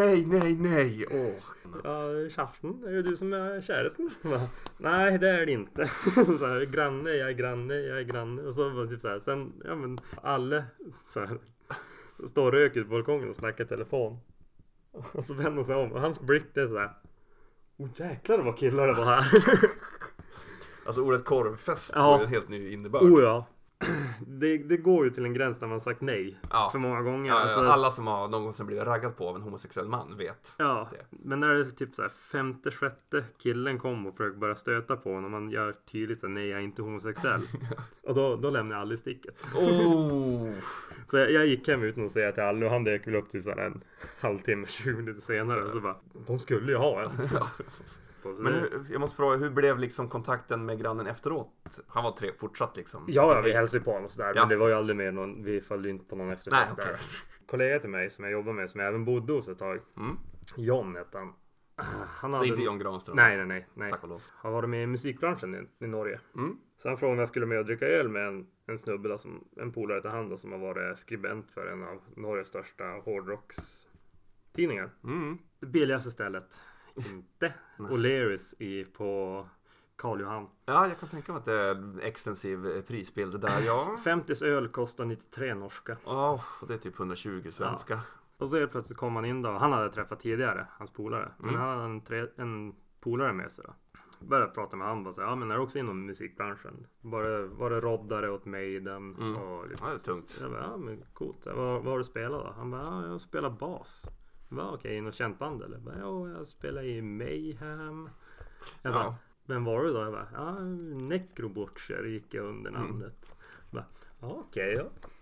Ja, Kerstin, är det du som är käresten? Nej, det är det inte. Så här, jag är granne. Och så var det typ så här. Sen, ja men, alla så här, står och röker på balkongen och snackar i telefon. Och så vänder sig om. Och hans blick är så här: jäklar vad killar det var här. Alltså ordet korvfest var ju en helt ny innebörd. Ja. Det går ju till en gräns där man sagt nej för många gånger. Alltså, alla som har någonsin blivit raggat på av en homosexuell man vet det. Men när det är typ så här 5:e, 6:e killen kom och försöker börja stöta på honom, man gör tydligt att nej, jag är inte homosexuell. Och då lämnar jag aldrig sticket. Så jag gick hem utan att säga till alla, och han dök väl upp till så här en halvtimme, 20 minuter senare. Och så bara, de skulle ju ha en. Men jag måste fråga, hur blev liksom kontakten med grannen efteråt? Han var fortsatt liksom. Ja, vi hälsade på honom och sådär. Men det var ju aldrig mer någon, vi följde inte på någon efterfest där. Kollega till mig som jag jobbar med, som jag även bodde hos ett tag. John hette han. Han hade... Det är inte John Granström. Nej. Tack och lov. Han var med i musikbranschen i Norge. Så han frågade om jag skulle med och dricka öl med en snubbe då, som en polare till hand som har varit skribent för en av Norges största hårdrockstidningar. Det billigaste stället. Inte O'Learys på Karl Johan. Ja, jag kan tänka mig att det är en extensiv prisbild där, 50 öl kostar 93 norska. Och det är typ 120 svenska. Ja. Och så helt plötsligt kom han in då. Han hade träffat tidigare, hans polare. Men han hade en polare med sig då. Började prata med han och säga, men är du också inom musikbranschen? Var det roddare åt Maiden och lite, det är tungt. Jag bara, men coolt. Vad har du spelat då? Han bara, jag spelar bas. Okej, något känt band eller? Jag spelar i Mayhem. Jag bara, vem var du då? Jag bara, Necrobutcher gick jag under namnet. Okej.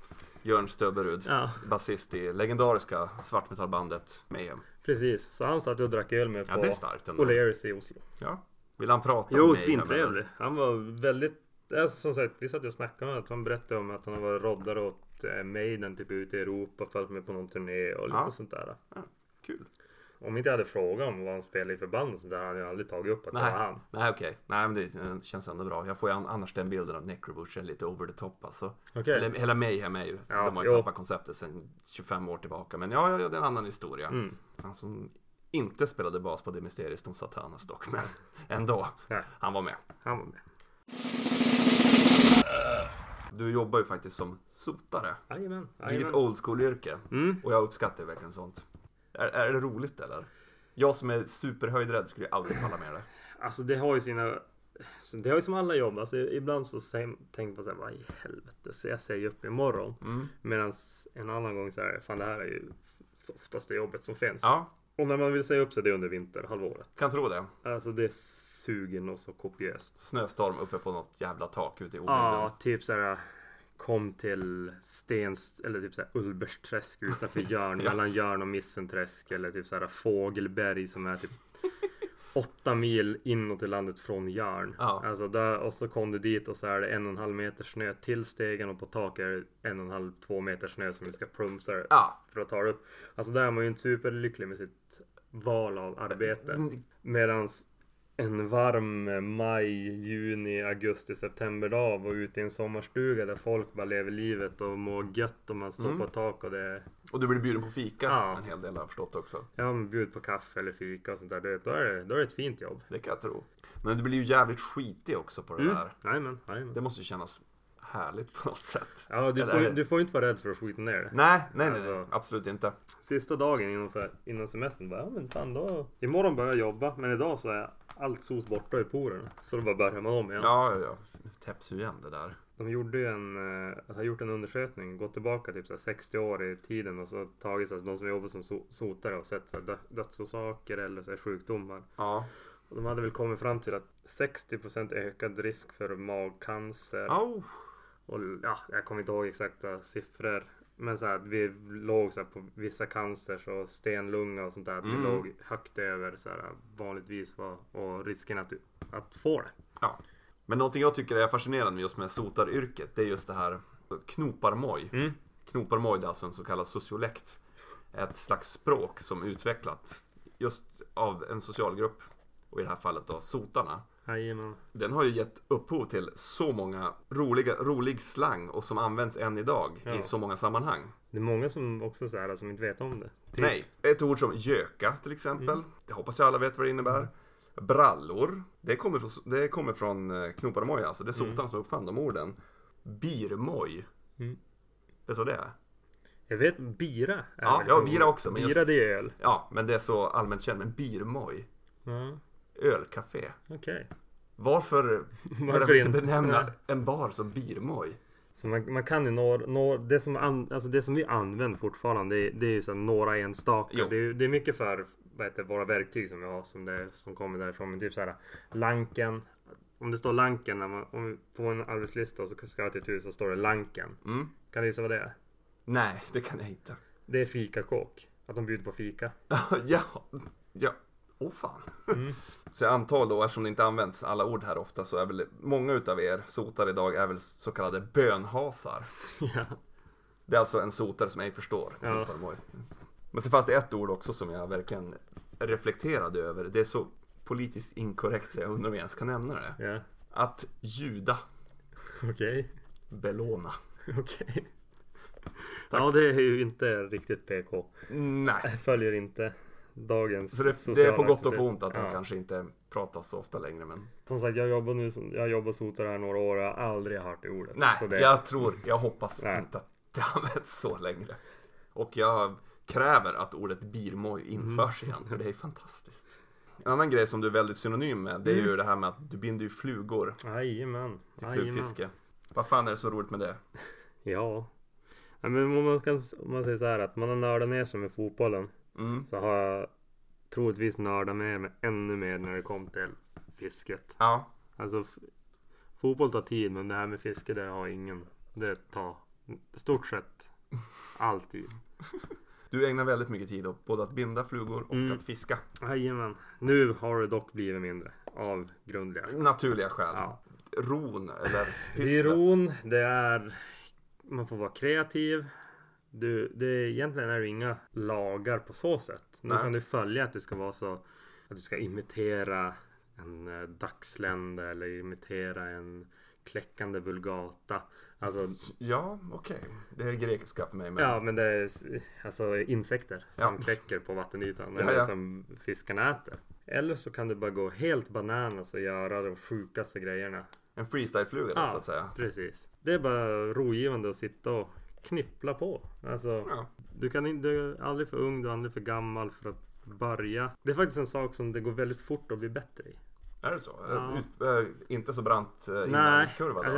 Jörn Stöberud, Ja, basist i legendariska svartmetallbandet Mayhem. precis. Så han satt och drack öl med Ja, på det är starkt ändå. O'Learys i Oslo. Ja. Vill han prata om Jo, Mayhem, svintrevlig. Han var väldigt... Alltså, som sagt, vi satt ju och snackade med att han berättade om att han var roddare åt Maiden typ ute i Europa, följt med på någon turné och lite Ja. sånt där. Ja, kul. Om inte jag hade frågat om vad han spelade i förband och sånt där hade jag aldrig tagit upp att det var han. Nej, okej. Nej, men det känns ändå bra. Jag får ju annars den bilden av Necrobutcher lite over the top alltså. Okej. Eller, hela Mayhem är ju, Ja, de har ju jo. tappat konceptet sedan 25 år tillbaka. Men ja, det är en annan historia. Mm. Han som inte spelade bas på det mysteriet om Satanas dock, men ändå. Nej. Han var med. Han var med. Du jobbar ju faktiskt som sotare. Jajamän. Det är ju ett old school yrke. Mm. Och jag uppskattar ju verkligen sånt. Är det roligt eller? Jag som är superhöjdrädd skulle ju aldrig falla med det. Alltså det har ju sina... Det har ju som alla jobb. Alltså ibland så tänker man såhär, vad i helvete. Så jag säger upp imorgon. Mm. Medan en annan gång så här, fan det här är ju softaste jobbet som finns. Ja, Och när man vill säga upp sig det är under vinterhalvåret. kan tro det. Alltså det suger nog så kopiöst. Snöstorm uppe på något jävla tak ute i Ja, obygden. typ såhär. Kom till Stens eller typ såhär Ulbersträsk utanför Jörn, Ja. mellan Jörn och Missenträsk, eller typ såhär Fågelberg som är typ 8 mil inåt i landet från Jörn. Ja. Alltså där, och så kom du dit och så är det 1,5 meter snö till stegen och på taket är det 1,5-2 meter snö som vi ska plumsa Ja. för att ta det upp. Alltså där är man ju inte superlycklig med sitt val av arbete. Medans en varm maj, juni, augusti, september dag var ute i en sommarstuga där folk bara lever livet och mår gött och man står på ett tak och det Och du blir bjuden på fika Ja. en hel del har jag förstått också. ja, man bjud på kaffe eller fika och sånt där. Då är det ett fint jobb. Det kan jag tro. Men du blir ju jävligt skitig också på det där. Jajamän. Det måste ju kännas härligt på något sätt. Ja, du får inte vara rädd för att skita ner det. Nej, Alltså- absolut inte. Sista dagen innan semestern bara, ja men fan då. Imorgon börjar jag jobba, men idag så är allt sot borta i porerna. Så då bara börjar man om igen. Ja. Täpps ju igen det där. De gjorde ju har gjort en undersökning, gått tillbaka typ så här 60 år i tiden och så tagit så här, de som jobbar som sotare och sett så här, dödsorsaker eller så här, sjukdomar. Ja. Och de hade väl kommit fram till att 60% ökad risk för magcancer. Au. Och ja, jag kommer inte ihåg exakta siffror. Men så här, att vi låg så här, på vissa cancer så stenlunga och sånt där. Att vi låg högt över så här, vanligtvis och risken att få det. Ja. Men någonting jag tycker är fascinerande med just med sotaryrket, det är just det här knoparmoj. Knoparmoj är alltså en så kallad sociolekt. Ett slags språk som utvecklats just av en socialgrupp. Och i det här fallet då sotarna. Jajamän. Den har ju gett upphov till så många rolig slang och som används än idag Ja. i så många sammanhang. Det är många som också så här, som inte vet om det. Typ. Nej, ett ord som göka till exempel. Det hoppas jag alla vet vad det innebär. Brallor, det kommer från knoparmoj alltså. Det är sotarna som uppfann de orden. Birmoj. Mm. Det är så det är. Jag vet, bira. Ja, bira också. Men Bira det är öl. Ja, men det är så allmänt känt. Men birmoj. Ja, Ölcafé. okej. Varför Varför inte inte? benämna Nej. en bar som birmoj? Så man kan ju nå det som vi använder fortfarande det är ju så här några enstaka. Jo. Det är mycket för våra verktyg som vi har som kommer därifrån. Men typ så här lanken. Om det står lanken om vi på en arbetslista och så ska jag till ett hus så står det lanken. Mm. Kan du gissa vad det är? Nej, det kan jag inte. Det är fikakåk. Att de bjuder på fika. Ja. Åh fan. Så jag antar då, eftersom det inte används alla ord här ofta, så är väl många utav er sotare idag är väl så kallade bönhasar. Ja. Det är alltså en sotare som ej förstår. Ja. Men så fanns det ett ord också som jag verkligen reflekterade över. Det är så politiskt inkorrekt så jag undrar om jag ens kan nämna det. Ja. Att juda. Okej. Belåna. Okej. Ja, det är ju inte riktigt PK. Nej. Följer inte dagens Så det är sociala på gott och acceptans. på ont att de Ja. kanske inte pratar så ofta längre. Men... Som sagt, jag jobbar sotare här några år och jag har aldrig hört det ordet. Nej, Så det, jag hoppas Nej. inte att det används så längre. Och jag kräver att ordet birmoj införs igen, för det är fantastiskt. En annan grej som du är väldigt synonym med, det är ju det här med att du binder ju flugor Jajamän. till flugfiske. Vad fan är det så roligt med det? Ja. Ja, men om man säger så här att man har nördat ner sig med fotbollen, så har jag troligtvis nördat med mig ännu mer när det kom till fisket. Ja, Alltså fotboll tar tid, men det här med fiske det har ingen. Det tar stort sett Alltid. Du ägnar väldigt mycket tid åt både att binda flugor och att fiska. Jajamän. Nu har det dock blivit mindre av grundliga. Naturliga skäl. Ja. Ron eller pysslet. Det är ron, det är... Man får vara kreativ. Egentligen är det inga lagar på så sätt. Nu kan du följa att det ska vara så... Att du ska imitera en dagslända eller imitera en kläckande vulgata. Alltså, ja, okej. Det är grekiska för mig. Men... Ja, men det är alltså insekter som kläcker på vattenytan. Eller som fiskarna äter. Eller så kan du bara gå helt bananas och göra de sjukaste grejerna. En freestyle-fluga så att säga. Precis. Det är bara rogivande att sitta och knippla på. Alltså, du är aldrig för ung, du är aldrig för gammal för att börja. Det är faktiskt en sak som det går väldigt fort att bli bättre i. Är det så? Inte så brant Nej, inlärningskurva då?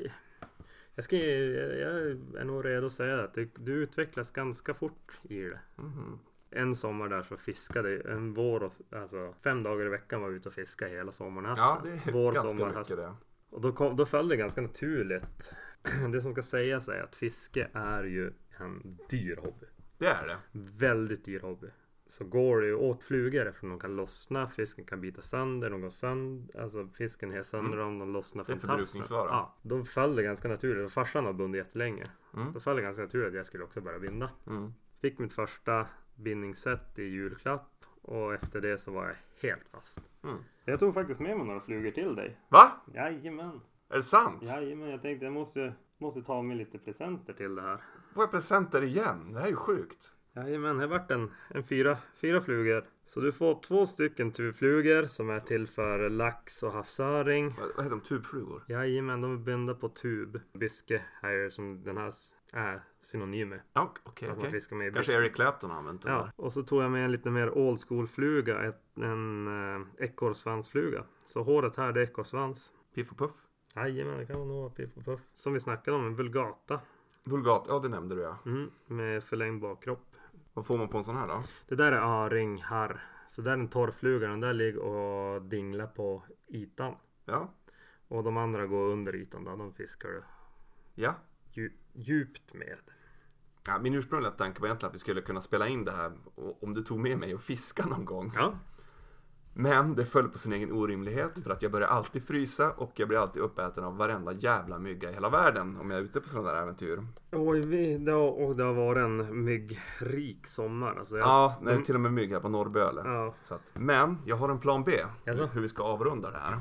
jag är nog redo att säga att du utvecklas ganska fort i det. Mm-hmm. En sommar där så fiskade en vår, alltså 5 dagar i veckan var vi ute och fiskade hela sommaren. Ja, det är vår, ganska sommar, mycket det. Och då föll det ganska naturligt. Det som ska sägas är att fiske är ju en dyr hobby. Det är det. Väldigt dyr hobby. Så går det ju åt flugor för de kan lossna, fisken kan bita sönder, de går sönder, alltså fisken är sönder om de lossnar från tafsen. Ja, då föll det ganska naturligt. Och farsan har bundit jättelänge. Då föll det ganska naturligt att jag skulle också börja binda. Fick mitt första bindningssätt i julklapp och efter det så var jag helt fast. Jag tog faktiskt med mig några flugor till dig. Va? Jajamän. Är det sant? Jajamän, jag tänkte jag måste ta med lite presenter till det här. Får jag presenter igen? Det här är ju sjukt. Jajamän, det har varit en fyra flugor. Så du får 2 stycken tubflugor som är till för lax och havsöring. Vad heter de? Tubflugor? Jajamän, de är bundna på tub. Byske här som den här är synonym med. Ja, okej. Kanske Eric Clapton har använt den. Ja, och så tog jag med en lite mer old school fluga. En ekorrsvansfluga. Så håret här det är ekorrsvans. Piff och puff? Jajamän, det kan vara nog piff och puff. Som vi snackade om, en vulgata. Vulgata, ja det nämnde du med förlängd bakkropp. Vad får man på en sån här då? Det där är öring här. Så där är en torrfluga. Den där ligger och dinglar på ytan. Ja. Och de andra går under ytan då. De fiskar du. Ja. Djupt med. Ja, min ursprungliga tanke var egentligen att vi skulle kunna spela in det här. Om du tog med mig och fiska någon gång. Ja. Men det föll på sin egen orimlighet. För att jag börjar alltid frysa. Och jag blir alltid uppäten av varenda jävla mygga i hela världen. Om jag är ute på sådana där äventyr. Det har varit en myggrik sommar. Alltså till och med mygg här på Norrböle. Ja. Men jag har en plan B. Jaså? Hur vi ska avrunda det här.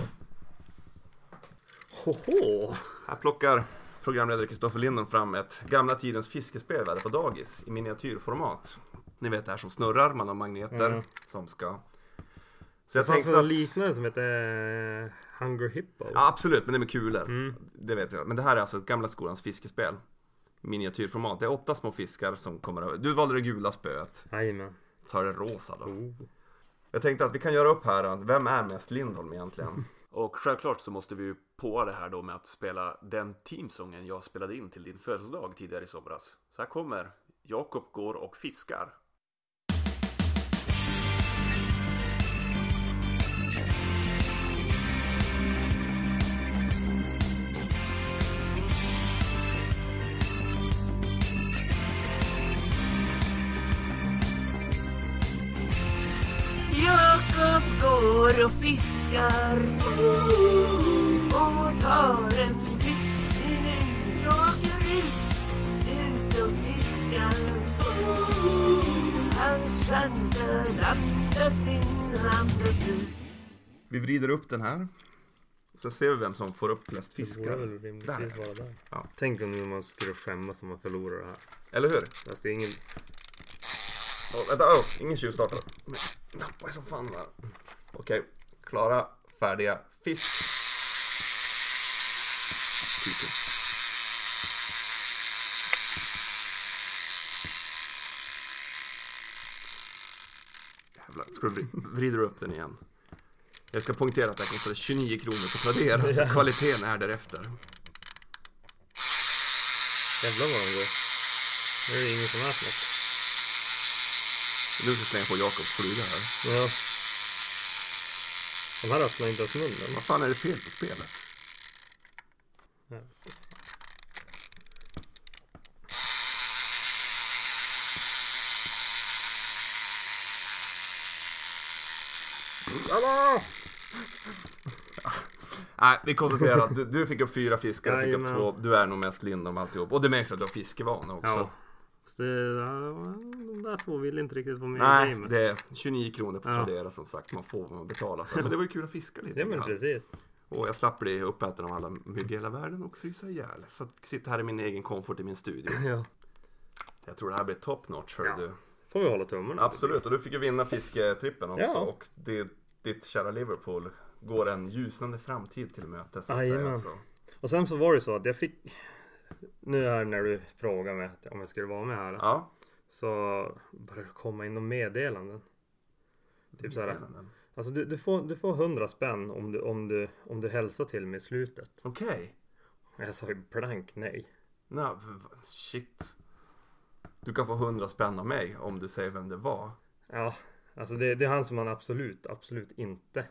Hoho! Här plockar programledare Kristoffer Lindon fram ett gamla tidens fiskespel vi hade på dagis. I miniatyrformat. Ni vet det här som snurrar. Man har magneter som ska... Så jag tänkte att... liknande som heter Hunger Hippo. Ja, absolut, men det är med kulor. Det vet jag. Men det här är alltså ett gamla skolans fiskespel. Miniatyrformat. Det är 8 små fiskar som kommer över. Du valde det gula spöet. Jajamän. Tar det rosa då. Jag tänkte att vi kan göra upp här. Vem är mest Lindholm egentligen? Och självklart så måste vi ju på det här då med att spela den teamsången jag spelade in till din födelsedag tidigare i somras. Så här kommer Jakob går och fiskar. Jakob går och fiskar och tar en fisk nu. Åker ut och fiskar. Hans chanser andas ut. Vi vrider upp den här. Så ser vi vem som får upp flest fiskar. Där. Ja. Tänk om man skulle skämmas om man förlorar det här. Eller hur? Fast det är ingen... ingen tjuvstartare. Vad är som fan där? Okej, klara, färdiga, fisk. Jävlar, ska du vrider upp den igen. Jag ska poängtera att det kostar 29 kronor på Tradera, så kvaliteten är därefter. Jävlar vad de går. Det är ingen som äter något. Nu ska slänga på Jakobs fluga här. Ja. De här öppnar inte ens munnen. Vad fan är det fel på spelet? Ja. Hallå! Nej, vi konstaterar att du fick upp 4 fiskar och fick upp Jajamän. 2. Du är nog mest Lindom alltihop. Och det märks att du har fiskevana också. Ja. Så de där 2 vill inte riktigt vara med i Nej, gamet. det är 29 kronor på Ja. Tradera som sagt. Man får vad man betalar för. Men det var ju kul att fiska lite Ja men grann. precis. Och jag slapp bli uppäten av alla mygg i hela världen och frysa ihjäl. Så att sitta här i min egen komfort i min studio. Ja. Jag tror det här blir top notch, hör Ja. du. Får vi hålla tummarna. Absolut, och du fick ju vinna fisketrippen också. Ja. Och ditt kära Liverpool går en ljusnande framtid till mötes, så att säga. Jajamän. Så. Och sen så var det så att jag fick. Nu är när du frågar mig om jag skulle vara med här. Ja. Så började det komma in de meddelanden. Typ såhär. Alltså du får 100 spänn om du hälsar till mig i slutet. Okej. Och jag sa ju blank nej. Nej, shit. Du kan få 100 spänn av mig om du säger vem det var. Ja, alltså det är han som man absolut inte.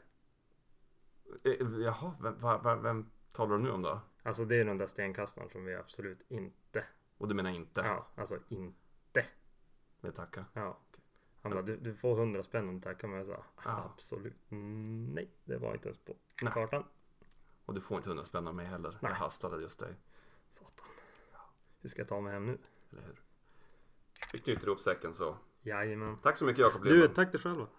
Jaha, vem talar du nu om då? Alltså det är den där stenkastaren som vi absolut inte. Och du menar inte? Ja, alltså inte. Med tacka. Ja. Han bara, du får 100 spänn om du tackar mig. Jag sa, Ja. absolut nej. Det var inte ens på Nej. kartan. Och du får inte 100 spänn av mig heller. Nej. Jag hasslade just dig. Satan. Hur ska jag ta mig hem nu? Eller hur? Vi knyter ihop säcken så. Jajamän. Tack så mycket Jakob Du, Lindman. tack dig själv.